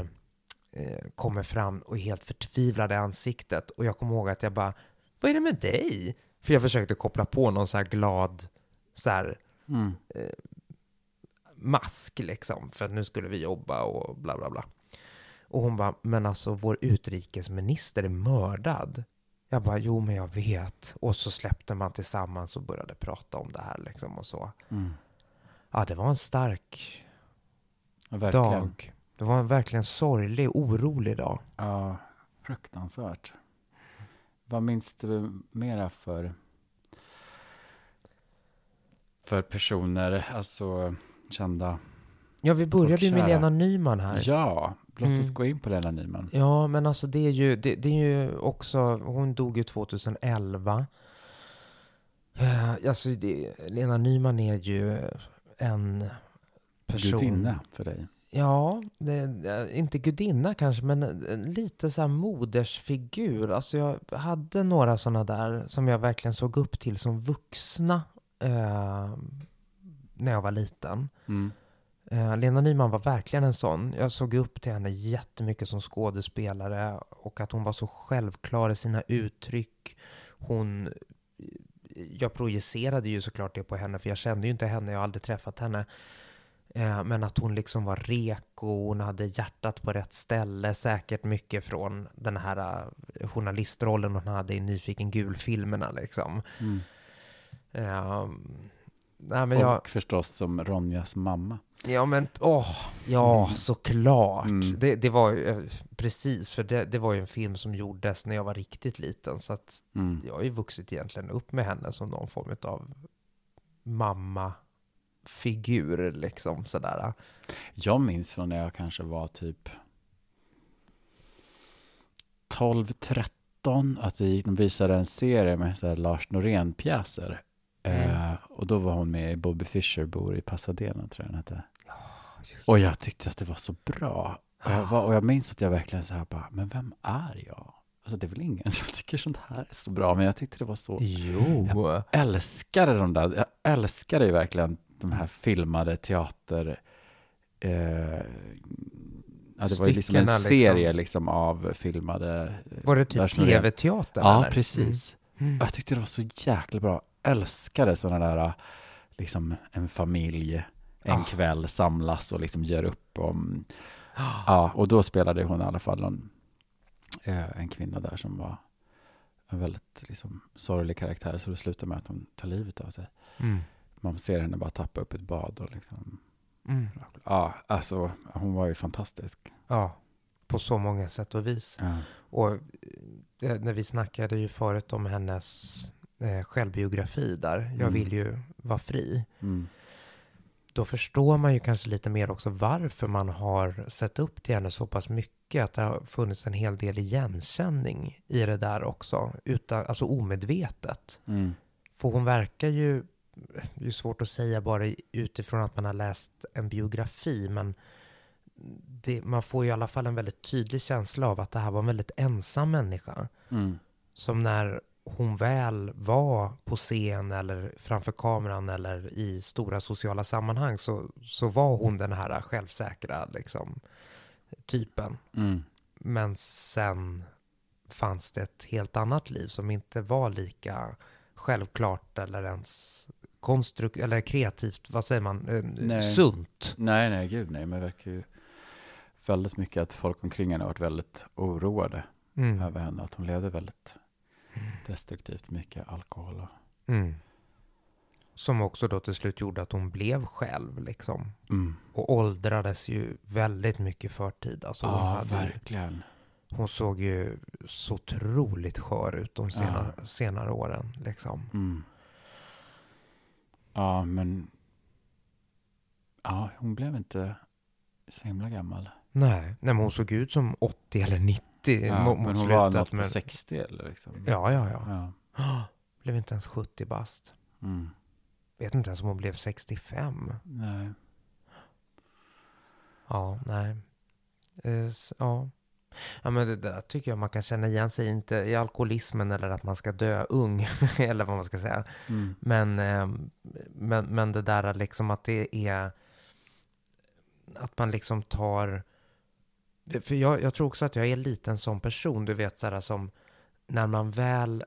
eh, kommer fram och är helt förtvivlad i ansiktet. Och jag kommer ihåg att jag bara, vad är det med dig? För jag försökte koppla på någon så här glad så här, mm. eh, mask liksom. För nu skulle vi jobba och bla bla bla. Och hon bara, men alltså vår utrikesminister är mördad. Jag bara, jo men jag vet. Och så släppte man tillsammans och började prata om det här liksom och så. Mm. Ja, det var en stark ja, dag. Det var en verkligen sorglig, orolig dag. Ja, fruktansvärt. Vad minns du mera för för personer, alltså kända? Ja, vi började ju med Lena Nyman här. Ja, låt oss mm. gå in på Lena Nyman. Ja, men alltså det är ju, det, det är ju också, hon dog ju tjugoelva. Uh, alltså det, Lena Nyman är ju en person. Gudinna för dig. Ja, det, inte gudinna kanske, men lite så här modersfigur. Alltså jag hade några sådana där som jag verkligen såg upp till som vuxna uh, när jag var liten. Mm. Uh, Lena Nyman var verkligen en sån. Jag såg upp till henne jättemycket som skådespelare och att hon var så självklar i sina uttryck. Hon, jag projicerade ju såklart det på henne, för jag kände ju inte henne, jag har aldrig träffat henne. Uh, men att hon liksom var reko, hon hade hjärtat på rätt ställe, säkert mycket från den här uh, journalistrollen hon hade i Nyfiken gul-filmerna liksom. Mm. Uh, nej, men och jag... förstås som Ronjas mamma. Ja, men åh, ja, mm. såklart. Mm. Det, det var ju, precis, för det, det var ju en film som gjordes när jag var riktigt liten. Så att mm. jag har ju vuxit egentligen upp med henne som någon form av mamma-figur, liksom sådär. Jag minns från när jag kanske var typ tolv tretton att de visade en serie med så här Lars Norén-pjäser. Mm. Uh, och då var hon med i Bobby Fischer bor i Pasadena, tror jag den hette. Ja, och jag tyckte att det var så bra. Och jag, var, och jag minns att jag verkligen så här bara, men vem är jag? Alltså det är väl ingen som tycker sånt här är så bra, men jag tyckte det var så... Jo. Jag älskade de där, jag älskade ju verkligen de här filmade teater... Uh, ja, det var ju liksom en serie liksom, liksom av filmade... Var det typ tv-teater? Ja, eller? precis. Mm. Mm. Jag tyckte det var så jäkla bra. Älskade sådana där, liksom en familj en oh. kväll samlas och liksom gör upp om, oh. ja, och då spelade hon i alla fall en, en kvinna där som var en väldigt liksom sorglig karaktär, så det slutar med att hon tar livet av sig. Mm. Man ser henne bara tappa upp ett bad och liksom, mm. ja, alltså hon var ju fantastisk. Ja, på så många sätt och vis. Ja. Och när vi snackade ju förut om hennes Eh, självbiografi där. Jag mm. vill ju var fri. Mm. Då förstår man ju kanske lite mer också varför man har sett upp till henne så pass mycket. Att det har funnits en hel del igenkänning i det där också. Utan, alltså omedvetet. Mm. För hon verkar ju, det är svårt att säga bara utifrån att man har läst en biografi. Men det, man får ju i alla fall en väldigt tydlig känsla av att det här var en väldigt ensam människa. Mm. Som när hon väl var på scen eller framför kameran eller i stora sociala sammanhang så, så var hon den här självsäkra liksom, typen. Mm. Men sen fanns det ett helt annat liv som inte var lika självklart eller ens konstrukt eller kreativt, vad säger man, nej. sunt. Nej, nej, gud nej. Men det verkar ju väldigt mycket att folk omkring henne har varit väldigt oroade Mm. över henne. Att hon levde väldigt destruktivt, mycket alkohol. Och... Mm. Som också då till slut gjorde att hon blev själv liksom. Mm. Och åldrades ju väldigt mycket förtid. Alltså hon, Ja, hade ju, verkligen. hon såg ju så otroligt skör ut de senare, Ja. senare åren liksom. Mm. Ja, men ja, hon blev inte så himla gammal. Nej, nej men hon såg ut som åttio eller nittio Ja, mot men hon slutet, var något på men... sextio eller liksom. Ja, ja, ja. Ja. Oh, blev inte ens sjuttio bast. Mm. Vet inte ens om hon blev sextiofem. Nej. Ja, nej. Eh, s- ja. Ja, men det där tycker jag man kan känna igen sig, inte i alkoholismen eller att man ska dö ung, eller vad man ska säga. Mm. Men, eh, men, men det där liksom att det är att man liksom tar, för jag, jag tror också att jag är lite en sån person, du vet så här, som när man väl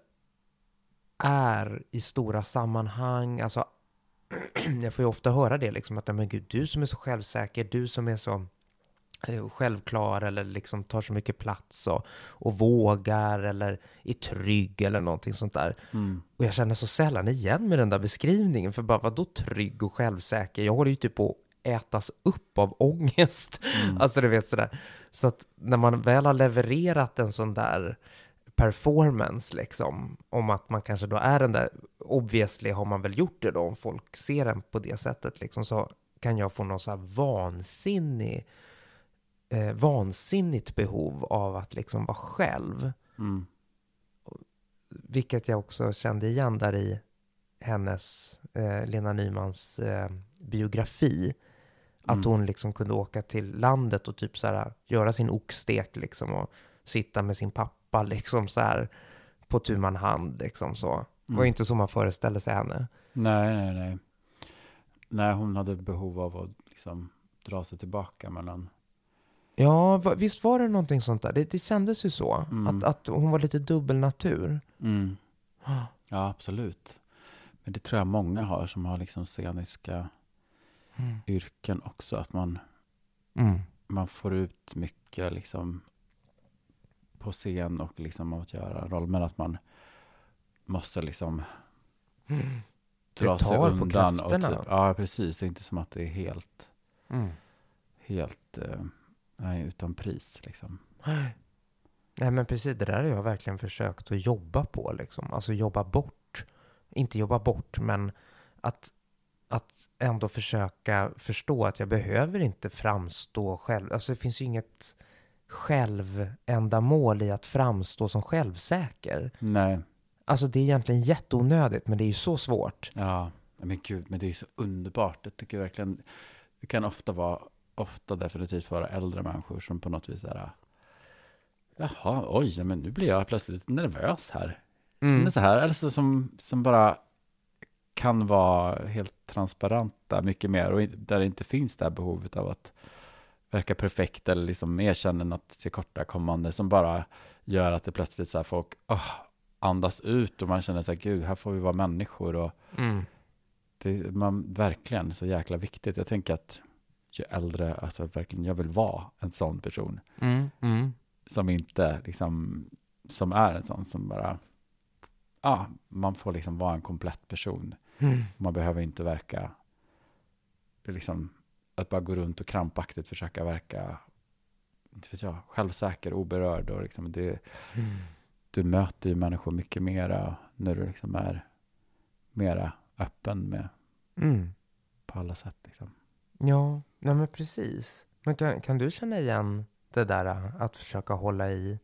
är i stora sammanhang, alltså jag får ju ofta höra det liksom att men gud, du som är så självsäker, du som är så eh, självklar eller liksom tar så mycket plats och, och vågar eller är trygg eller någonting sånt där. Mm. Och jag känner så sällan igen med den där beskrivningen, för bara vadå trygg och självsäker? Jag håller ju typ på att ätas upp av ångest. Mm. Alltså du vet sådär. Så att när man väl har levererat en sån där performance liksom, om att man kanske då är den där, obviously har man väl gjort det då, om folk ser en på det sättet liksom, så kan jag få någon så här vansinnig eh, vansinnigt behov av att liksom vara själv. Mm. Vilket jag också kände igen där i hennes, eh, Lena Nymans eh, biografi. Att Mm. hon liksom kunde åka till landet och typ så här göra sin oxstek liksom och sitta med sin pappa liksom så här på tu man hand liksom så. Mm. Det var ju inte så man föreställde sig henne. Nej, nej, nej. Nej, hon hade behov av att liksom dra sig tillbaka mellan... Ja, va, visst var det någonting sånt där? Det, det kändes ju så. Mm. Att, att hon var lite dubbelnatur. Mm. Ja, absolut. Men det tror jag många har som har liksom sceniska Mm. yrken också. Att man, Mm. man får ut mycket liksom på scen och liksom av att göra roll. Men att man måste liksom Mm. dra Det sig tar på undan. Och krafterna. typ, ja, precis. Det är inte som att det är helt, Mm. helt eh, nej, utan pris liksom. Nej men precis, det där har jag verkligen försökt att jobba på liksom. Alltså jobba bort. Inte jobba bort, men att, att ändå försöka förstå att jag behöver inte framstå själv. Alltså det finns ju inget självändamål i att framstå som självsäker. Nej. Alltså det är egentligen jätteonödigt, men det är ju så svårt. Ja, men gud, men det är ju så underbart. Jag tycker verkligen, det kan ofta vara, ofta definitivt vara äldre människor som på något vis är, jaha, oj, men nu blir jag plötsligt lite nervös här. Mm. Det är så här, eller så som, som bara kan vara helt transparenta mycket mer och där det inte finns det här behovet av att verka perfekt eller liksom erkänna något tillkortakommande som bara gör att det plötsligt så här folk oh, andas ut och man känner så här, gud, här får vi vara människor och Mm. det man verkligen så jäkla viktigt. Jag tänker att ju äldre, alltså verkligen jag vill vara en sån person Mm. Mm. som inte liksom, som är en sån som bara ja, man får liksom vara en komplett person. Mm. Man behöver inte verka liksom att bara gå runt och krampaktigt försöka verka inte vet jag, självsäker, oberörd och liksom det, Mm. du möter ju människor mycket mera när du liksom är mera öppen med Mm. På alla sätt liksom. Ja, nej men precis. Men kan, kan du känna igen det där att försöka hålla i,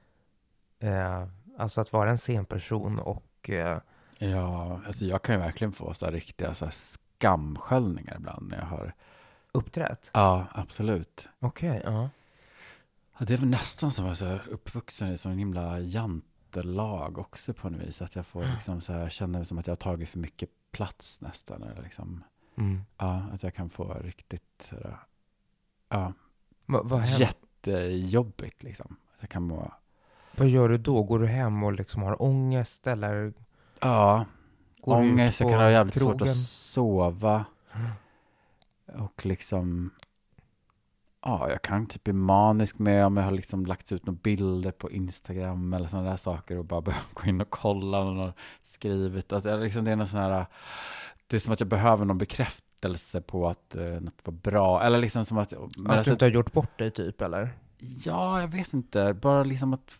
eh, alltså att vara en scenperson och... Eh, Ja, alltså jag kan ju verkligen få så här riktiga så här skamsköljningar ibland när jag har... uppträtt? Ja, absolut. Okej, okay, ja. Ja, det är väl nästan som att jag är uppvuxen i sån himla jantelag också på något vis. Att jag får liksom så här, känner som att jag har tagit för mycket plats nästan. Eller liksom, mm. ja, att jag kan få riktigt, ja, Va, vad jättejobbigt liksom. Att jag kan må... Vad gör du då? Går du hem och liksom har ångest eller? Ja, går ångest. Jag kan ha jävligt krogen? svårt att sova. Och liksom... Ja, jag kan typ bli manisk med om jag har liksom lagt ut några bilder på Instagram eller sådana där saker och bara börja gå in och kolla och någon har skrivit. Alltså, liksom, det är någon sån här, det är som att jag behöver någon bekräftelse på att eh, något var bra. Eller liksom som att... Att alltså, du inte har gjort bort dig typ, eller? Ja, jag vet inte. Bara liksom att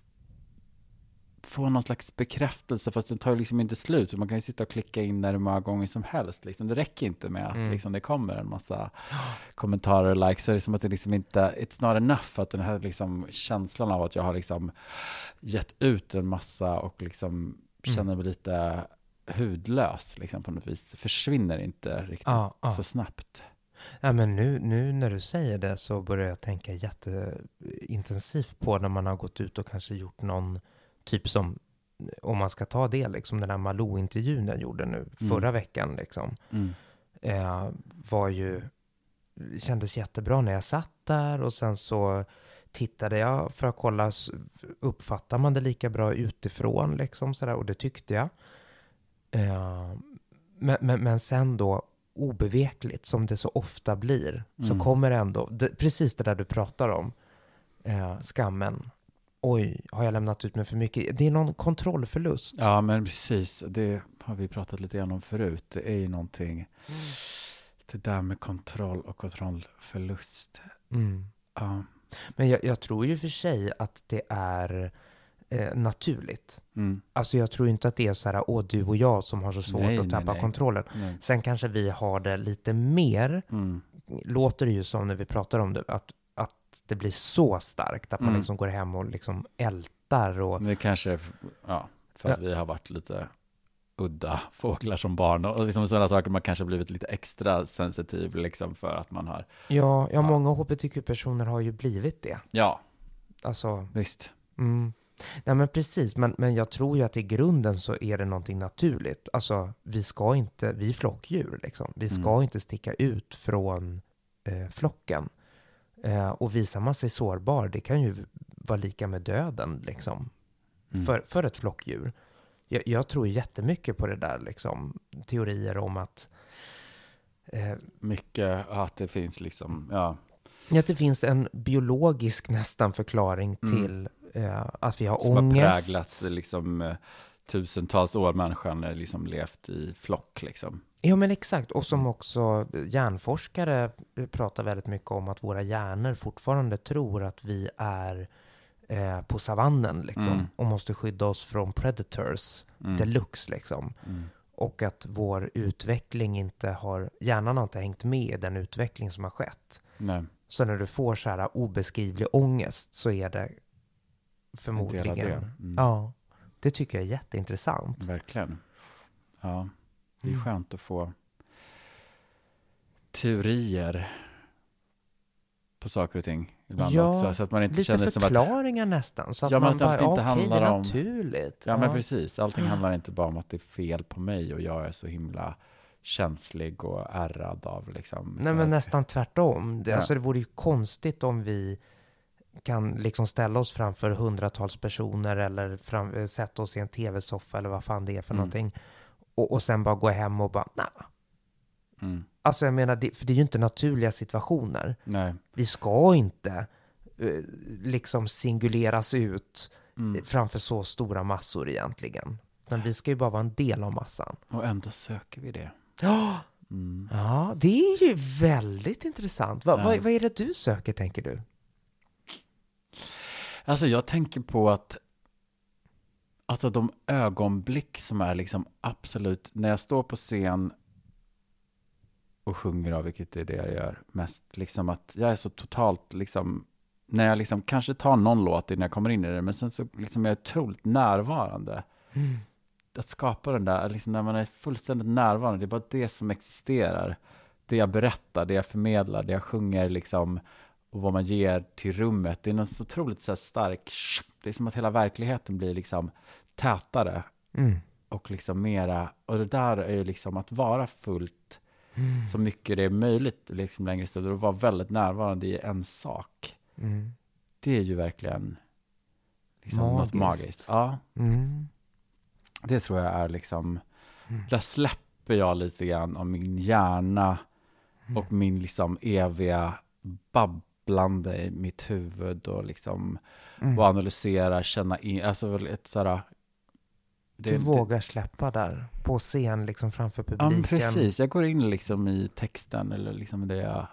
få någon slags bekräftelse, fast den tar ju liksom inte slut. Man kan ju sitta och klicka in där hur många gånger som helst. Liksom. Det räcker inte med att mm. liksom, det kommer en massa kommentarer och likes. Så det är som att det liksom inte, it's not enough, att den här liksom, känslan av att jag har liksom gett ut en massa och liksom mm. känner mig lite hudlös liksom, på något vis. Försvinner inte riktigt ah, ah. så snabbt. Ja, men nu, nu när du säger det så börjar jag tänka jätteintensivt på när man har gått ut och kanske gjort någon typ som, om man ska ta det, liksom den där Malou-intervjun jag gjorde nu mm. förra veckan, liksom, mm. eh, var ju, kändes jättebra när jag satt där och sen så tittade jag för att kolla, uppfattar man det lika bra utifrån, liksom sådär, och det tyckte jag. Eh, men, men, men sen då, obevekligt, som det så ofta blir, mm. så kommer det ändå, det, precis det där du pratar om, eh, skammen. Oj, har jag lämnat ut mig för mycket? Det är någon kontrollförlust. Ja, men precis. Det har vi pratat lite grann om förut. Det är ju någonting, mm. det där med kontroll och kontrollförlust. Mm. Ja. Men jag, jag tror ju för sig att det är eh, naturligt. Mm. Alltså jag tror inte att det är så här, åh, du och jag som har så svårt nej, att tappa nej, nej. kontrollen. Nej. Sen kanske vi har det lite mer. Mm. Låter det ju som när vi pratar om det, att det blir så starkt att man mm. liksom går hem och liksom ältar. Och... Det kanske, ja, för att ja. vi har varit lite udda fåglar som barn. Och liksom sådana saker man kanske blivit lite extra sensitiv liksom för att man har... Ja, ja, ja. Många H B T Q-personer har ju blivit det. Ja, alltså, visst. Mm. Nej, men precis. Men, men jag tror ju att i grunden så är det någonting naturligt. Alltså, vi ska inte, vi är flockdjur liksom. Vi ska mm. inte sticka ut från eh, flocken. Uh, och visar man sig sårbar, det kan ju vara lika med döden liksom, mm. för, för ett flockdjur. Jag, jag tror jättemycket på det där, liksom, teorier om att uh, mycket att det finns liksom, ja. Att det finns en biologisk nästan förklaring mm. till uh, att vi har som ångest. Som har präglat liksom uh, tusentals år människan liksom levt i flock liksom. Ja, men exakt. Och som också hjärnforskare pratar väldigt mycket om, att våra hjärnor fortfarande tror att vi är eh, på savannen liksom, mm. och måste skydda oss från predators mm. deluxe liksom. Mm. Och att vår utveckling inte har, hjärnan har inte hängt med i den utveckling som har skett. Nej. Så när du får så här obeskrivlig ångest så är det förmodligen... Det. Mm. Ja, det tycker jag är jätteintressant. Verkligen. Ja. Det är skönt att få teorier på saker och ting ibland ja, också. Så att man inte lite känner förklaringar som att, nästan. Så att ja, man man bara, inte okej, handlar det är om, naturligt. Ja, ja, men precis. Allting handlar inte bara om att det är fel på mig och jag är så himla känslig och ärrad av liksom. Nej, men nästan tvärtom. Det, ja. Alltså det vore ju konstigt om vi kan liksom ställa oss framför hundratals personer eller fram, sätta oss i en tv-soffa eller vad fan det är för mm. någonting. Och, och sen bara gå hem och bara, nej. Mm. Alltså jag menar, det, för det är ju inte naturliga situationer. Nej. Vi ska inte uh, liksom singuleras ut mm. framför så stora massor egentligen. Men vi ska ju bara vara en del av massan. Och ändå söker vi det. Ja, mm. ja, det är ju väldigt intressant. Va, ja. vad, vad är det du söker, tänker du? Alltså jag tänker på att Alltså de ögonblick som är liksom absolut, när jag står på scen och sjunger av, vilket är det jag gör mest. Liksom att jag är så totalt liksom, när jag liksom kanske tar någon låt innan jag kommer in i det, men sen så liksom är jag otroligt närvarande. Mm. Att skapa den där, liksom när man är fullständigt närvarande, det är bara det som existerar. Det jag berättar, det jag förmedlar, det jag sjunger liksom, och vad man ger till rummet. Det är något så otroligt så här stark, det är som att hela verkligheten blir liksom tätare. Mm. Och liksom mera, och det där är ju liksom att vara fullt Mm. så mycket det är möjligt liksom längre stunder och vara väldigt närvarande i en sak. Mm. Det är ju verkligen liksom Magiskt. något magiskt. Ja, Mm. det tror jag är liksom, Mm. där släpper jag lite grann av min hjärna Mm. och min liksom eviga babblande i mitt huvud och liksom Mm. och analysera, känna in, alltså ett sådär. Du Det, vågar släppa där på scen liksom framför Ja, publiken. men precis. Jag går in liksom i texten eller liksom det jag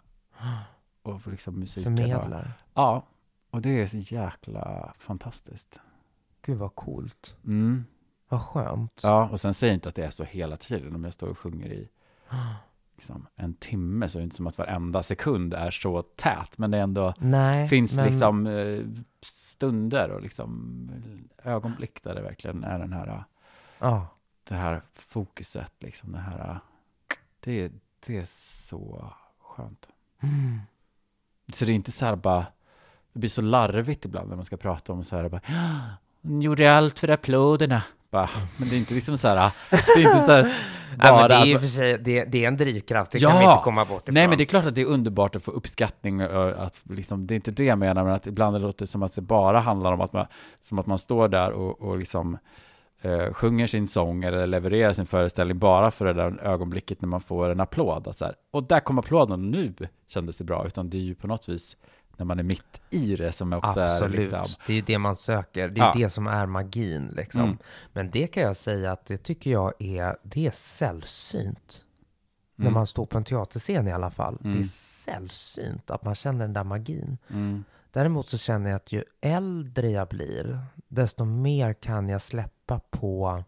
och liksom musiken. Förmedlar. Ja, och det är så jäkla fantastiskt. Gud vad coolt. Mm. Vad skönt. Ja, och sen säger jag inte att det är så hela tiden. Om jag står och sjunger i liksom en timme så är det inte som att varenda sekund är så tät. Men det ändå Nej, finns men... liksom eh, stunder och liksom ögonblick där det verkligen är den här, Ja. det här fokuset. Liksom, det, här, det, det är så skönt. Mm. Så det är inte så här bara, det blir så larvigt ibland när man ska prata om så här bara, hon gjorde allt för applåderna. Bara, men det är inte liksom så här, det är inte så här bara. Ja, men det är ju för sig, det, det är en drivkraft, det Ja. kan vi inte komma bort ifrån. Nej, men det är klart att det är underbart att få uppskattning och att liksom, det är inte det jag menar, men att ibland det låter som att det bara handlar om att man, som att man står där och, och liksom eh, sjunger sin sång eller levererar sin föreställning bara för det där ögonblicket när man får en applåd. Att så här, och där kom applåden och nu kändes det bra, utan det är ju på något vis när man är mitt i det som också Absolut. är liksom... Det är ju det man söker. Det är Ja. det som är magin liksom. Mm. Men det kan jag säga att det tycker jag är, det är sällsynt. När Mm. man står på en teaterscen i alla fall. Mm. Det är sällsynt att man känner den där magin. Mm. Däremot så känner jag att ju äldre jag blir, desto mer kan jag släppa på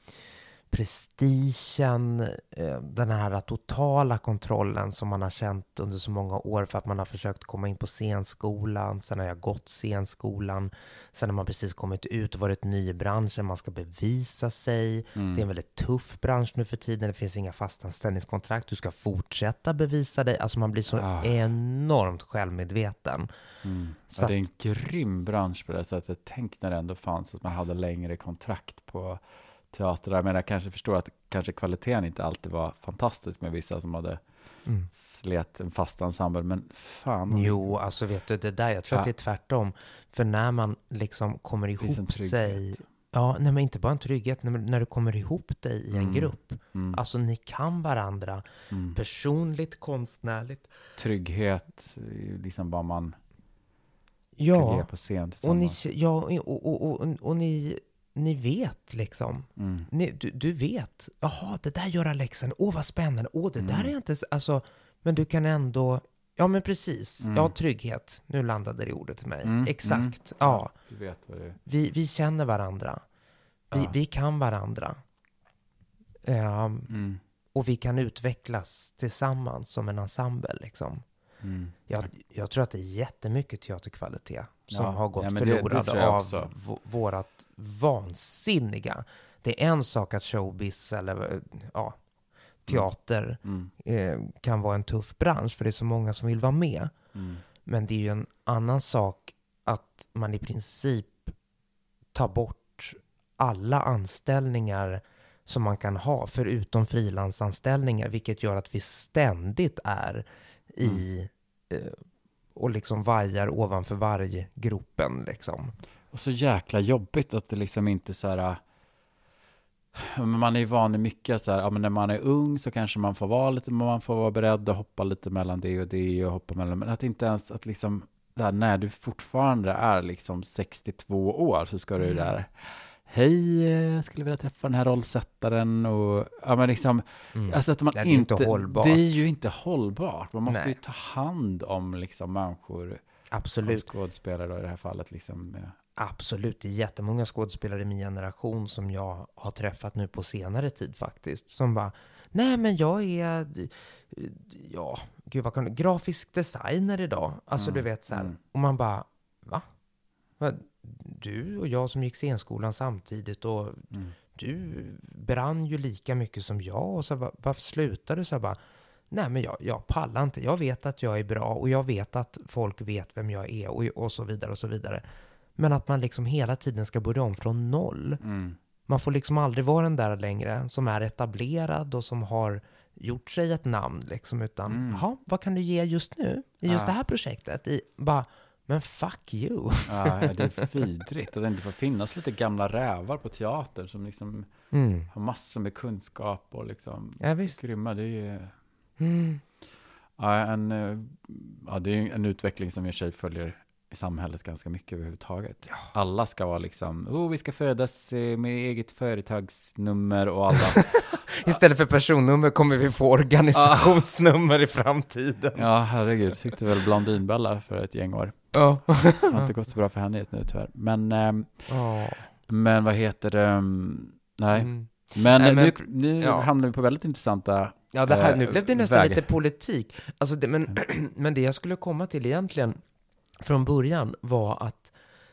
prestigen, eh, den här totala kontrollen som man har känt under så många år för att man har försökt komma in på scenskolan. Sen har jag gått scenskolan. Sen har man precis kommit ut och varit ny i branschen. Man ska bevisa sig. Mm. Det är en väldigt tuff bransch nu för tiden. Det finns inga fastanställningskontrakt. Du ska fortsätta bevisa dig. Alltså man blir så Ah. enormt självmedveten. Mm. Så Ja, det är en grym bransch på det sättet. Tänk när det ändå fanns att man hade längre kontrakt på teatrar. Men jag kanske förstår att kanske kvaliteten inte alltid var fantastisk med vissa som hade Mm. slet en fast ensemble. Men fan. Jo, alltså vet du, det där, jag tror Ja. att det är tvärtom. För när man liksom kommer Det finns en ihop trygghet. sig, ja, nej, men inte bara en trygghet, när, när du kommer ihop dig i en Mm. grupp. Mm. Alltså ni kan varandra Mm. personligt, konstnärligt. Trygghet, liksom vad man kan ge Ja, på scen och ni, tillsammans. ja, och, och, och, och, och ni, ni vet liksom. Mm. Ni, du, du vet, jaha, det där gör Alexen, åh vad spännande, åh det där Mm. är jag inte, s- alltså, men du kan ändå, ja men precis, Mm. ja trygghet, nu landade det ordet till mig, Mm. exakt, Mm. ja. Du vet vad det är. Vi, vi känner varandra. Vi, Ja. vi kan varandra. Ehm, Mm. och vi kan utvecklas tillsammans som en ensemble. Liksom. Mm. Jag, jag tror att det är jättemycket teaterkvalitet som Ja. har gått Ja, men det- det förlorad tror jag av också. v- vårat vansinniga. Det är en sak att showbiz eller ja, teater Mm. eh, kan vara en tuff bransch för det är så många som vill vara med. Mm. Men det är ju en annan sak att man i princip tar bort alla anställningar som man kan ha förutom frilansanställningar, vilket gör att vi ständigt är i eh, och liksom vajar ovanför varggropen liksom. Och så jäkla jobbigt att det liksom inte så här. äh, men man är ju van i mycket så här, ja, men när man är ung så kanske man får vara lite, man får vara beredd att hoppa lite mellan det och det och hoppa mellan, men att inte ens att liksom där, när du fortfarande är liksom sextiotvå år så ska du Mm. där, hej, jag skulle vilja träffa den här rollsättaren och ja men liksom, Mm. alltså att man Nej, det är inte inte, hållbart. det är ju inte hållbart, man måste Nej. ju ta hand om liksom människor, om Absolut. skådespelare då i det här fallet liksom med Absolut, det är jättemånga skådespelare i min generation som jag har träffat nu på senare tid faktiskt. Som bara, nej men jag är, ja, gud vad kan det, grafisk designer idag. Alltså Mm. du vet så här. Mm. Och man bara, va? Va? Du och jag som gick scenskolan samtidigt och Mm. du brann ju lika mycket som jag. Och så va- varför slutade du? Så här bara, nej men jag, jag pallar inte. Jag vet att jag är bra och jag vet att folk vet vem jag är och, och så vidare och så vidare. Men att man liksom hela tiden ska börja om från noll. Mm. Man får liksom aldrig vara den där längre som är etablerad och som har gjort sig ett namn liksom, utan Mm. jaha, vad kan du ge just nu i just Ja. det här projektet? I, bara, men fuck you. Ja, det är vidrigt att det inte får finnas lite gamla rävar på teater som liksom Mm. har massor med kunskap och liksom Ja, visst. grymma. Det är ju Mm. ja, en, eh, ja, det är en utveckling som i och för sig följer i samhället ganska mycket överhuvudtaget. Alla ska vara liksom, oh, vi ska födas eh, med eget företagsnummer och alla. Istället för personnummer kommer vi få organisationsnummer i framtiden. Ja, herregud, sitter väl Blondinbella för ett gäng år. Ja. Det har inte gått så bra för henne just nu tyvärr. Men, ehm, Ja. men vad heter det? Um, nej. Mm. Men, Nej, men- nu, nu ja. hamnar vi på väldigt intressanta. Ja, det här, Eh, nu blev det nästan väg. lite politik. Alltså det, men, men det jag skulle komma till egentligen från början var att,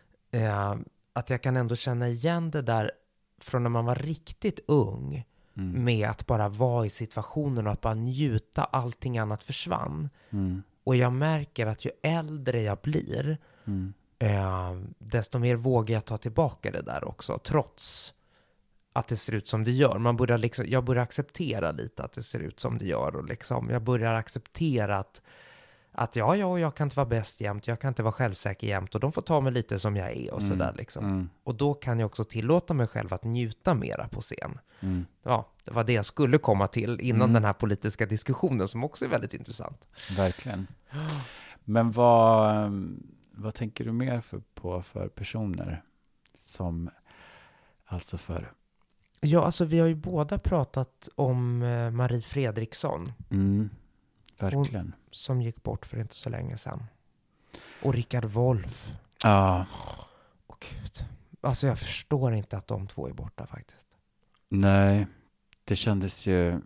eh, att jag kan ändå känna igen det där från när man var riktigt ung Mm. med att bara vara i situationen och att bara njuta, allting annat försvann. Mm. Och jag märker att ju äldre jag blir, Mm. eh, desto mer vågar jag ta tillbaka det där också, trots att det ser ut som det gör. Man börjar liksom, jag börjar acceptera lite att det ser ut som det gör. Och liksom, jag börjar acceptera att, att ja, ja, jag kan inte vara bäst jämt, jag kan inte vara självsäker jämt och de får ta mig lite som jag är och Mm. sådär liksom. Mm. Och då kan jag också tillåta mig själv att njuta mera på scen. Mm. Ja, det var det jag skulle komma till innan Mm. den här politiska diskussionen som också är väldigt intressant. Verkligen. Men vad, ehm, vad tänker du mer för, på för personer som, alltså för, Ja, alltså vi har ju båda pratat om eh, Marie Fredriksson mm, verkligen. som gick bort för inte så länge sedan. Och Rickard Wolff. Ja, Åh gud. Alltså jag förstår inte att de två är borta faktiskt. nej, det kändes ju,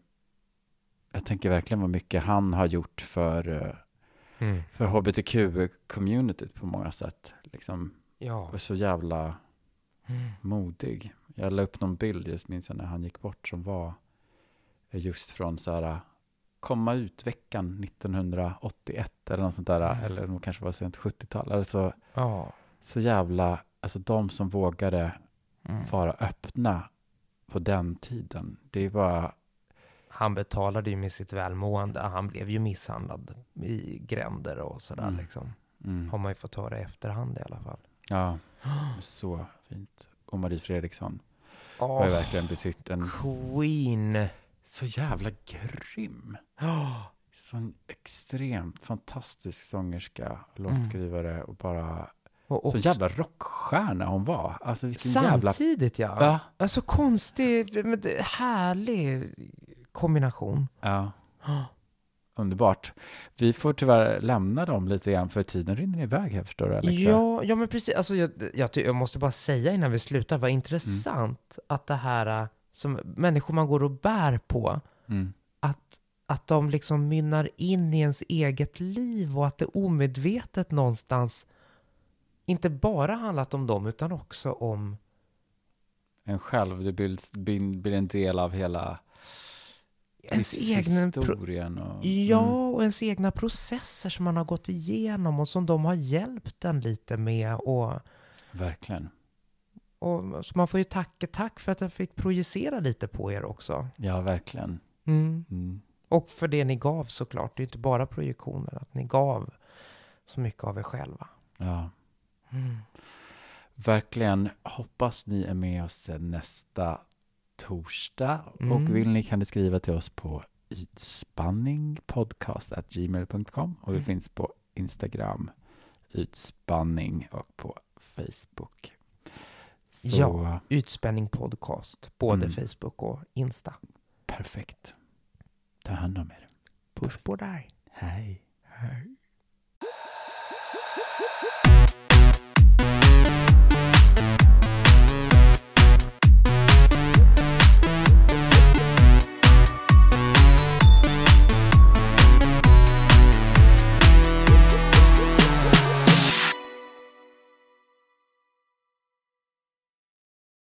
jag tänker verkligen vad mycket han har gjort för, eh, Mm. för H B T Q-communityt på många sätt. Liksom, Ja. och så jävla Mm. modig. Jag la upp någon bild, just minns jag när han gick bort, som var just från så här komma ut-veckan nittonhundraåttioett eller något sånt där, Mm. eller nog kanske var sent sjuttiotal. Alltså, Ja. så jävla, alltså de som vågade Mm. vara öppna på den tiden. Det var, Han betalade ju med sitt välmående. Han blev ju misshandlad i gränder och sådär Mm. liksom. mm, Har man ju fått höra i efterhand i alla fall. ja, så fint. Och Marie Fredriksson Åh, har ju verkligen betytt en Queen. så jävla grym. Oh. Sån extremt fantastisk sångerska, låtskrivare och bara Och, och så jävla rockstjärna hon var. Alltså vilken jävla... samtidigt ja. Ja. Alltså konstig, men det, härlig kombination. Ja, Oh. underbart. Vi får tyvärr lämna dem lite grann för tiden rinner iväg här, förstår du, Alexa? Ja, ja, men precis. Alltså, jag, jag, ty- jag måste bara säga innan vi slutar, vad intressant att det här äh, som människor man går och bär på, Mm. att, att de liksom mynnar in i ens eget liv och att det omedvetet någonstans inte bara handlat om dem utan också om En själv, det blir, blir, blir en del av hela ens egna pro- historien. Och, ja, mm. och ens egna processer som man har gått igenom och som de har hjälpt en lite med. Och, Verkligen. och, så man får ju tacka tack för att jag fick projicera lite på er också. Ja, verkligen. Mm. Mm. Och för det ni gav såklart. Det är inte bara projektioner. Att ni gav så mycket av er själva. Ja. Mm. Verkligen. Hoppas ni är med oss nästa torsdag. Mm. Och vill ni kan ni skriva till oss på ytspanningpodcast at gmail dot com. Och vi Mm. finns på Instagram, ytspanning, och på Facebook. Så Ja. Ytspänning podcast. Både Mm. Facebook och Insta. perfekt. Ta hand om er. Puss på dig. Hej. Hej.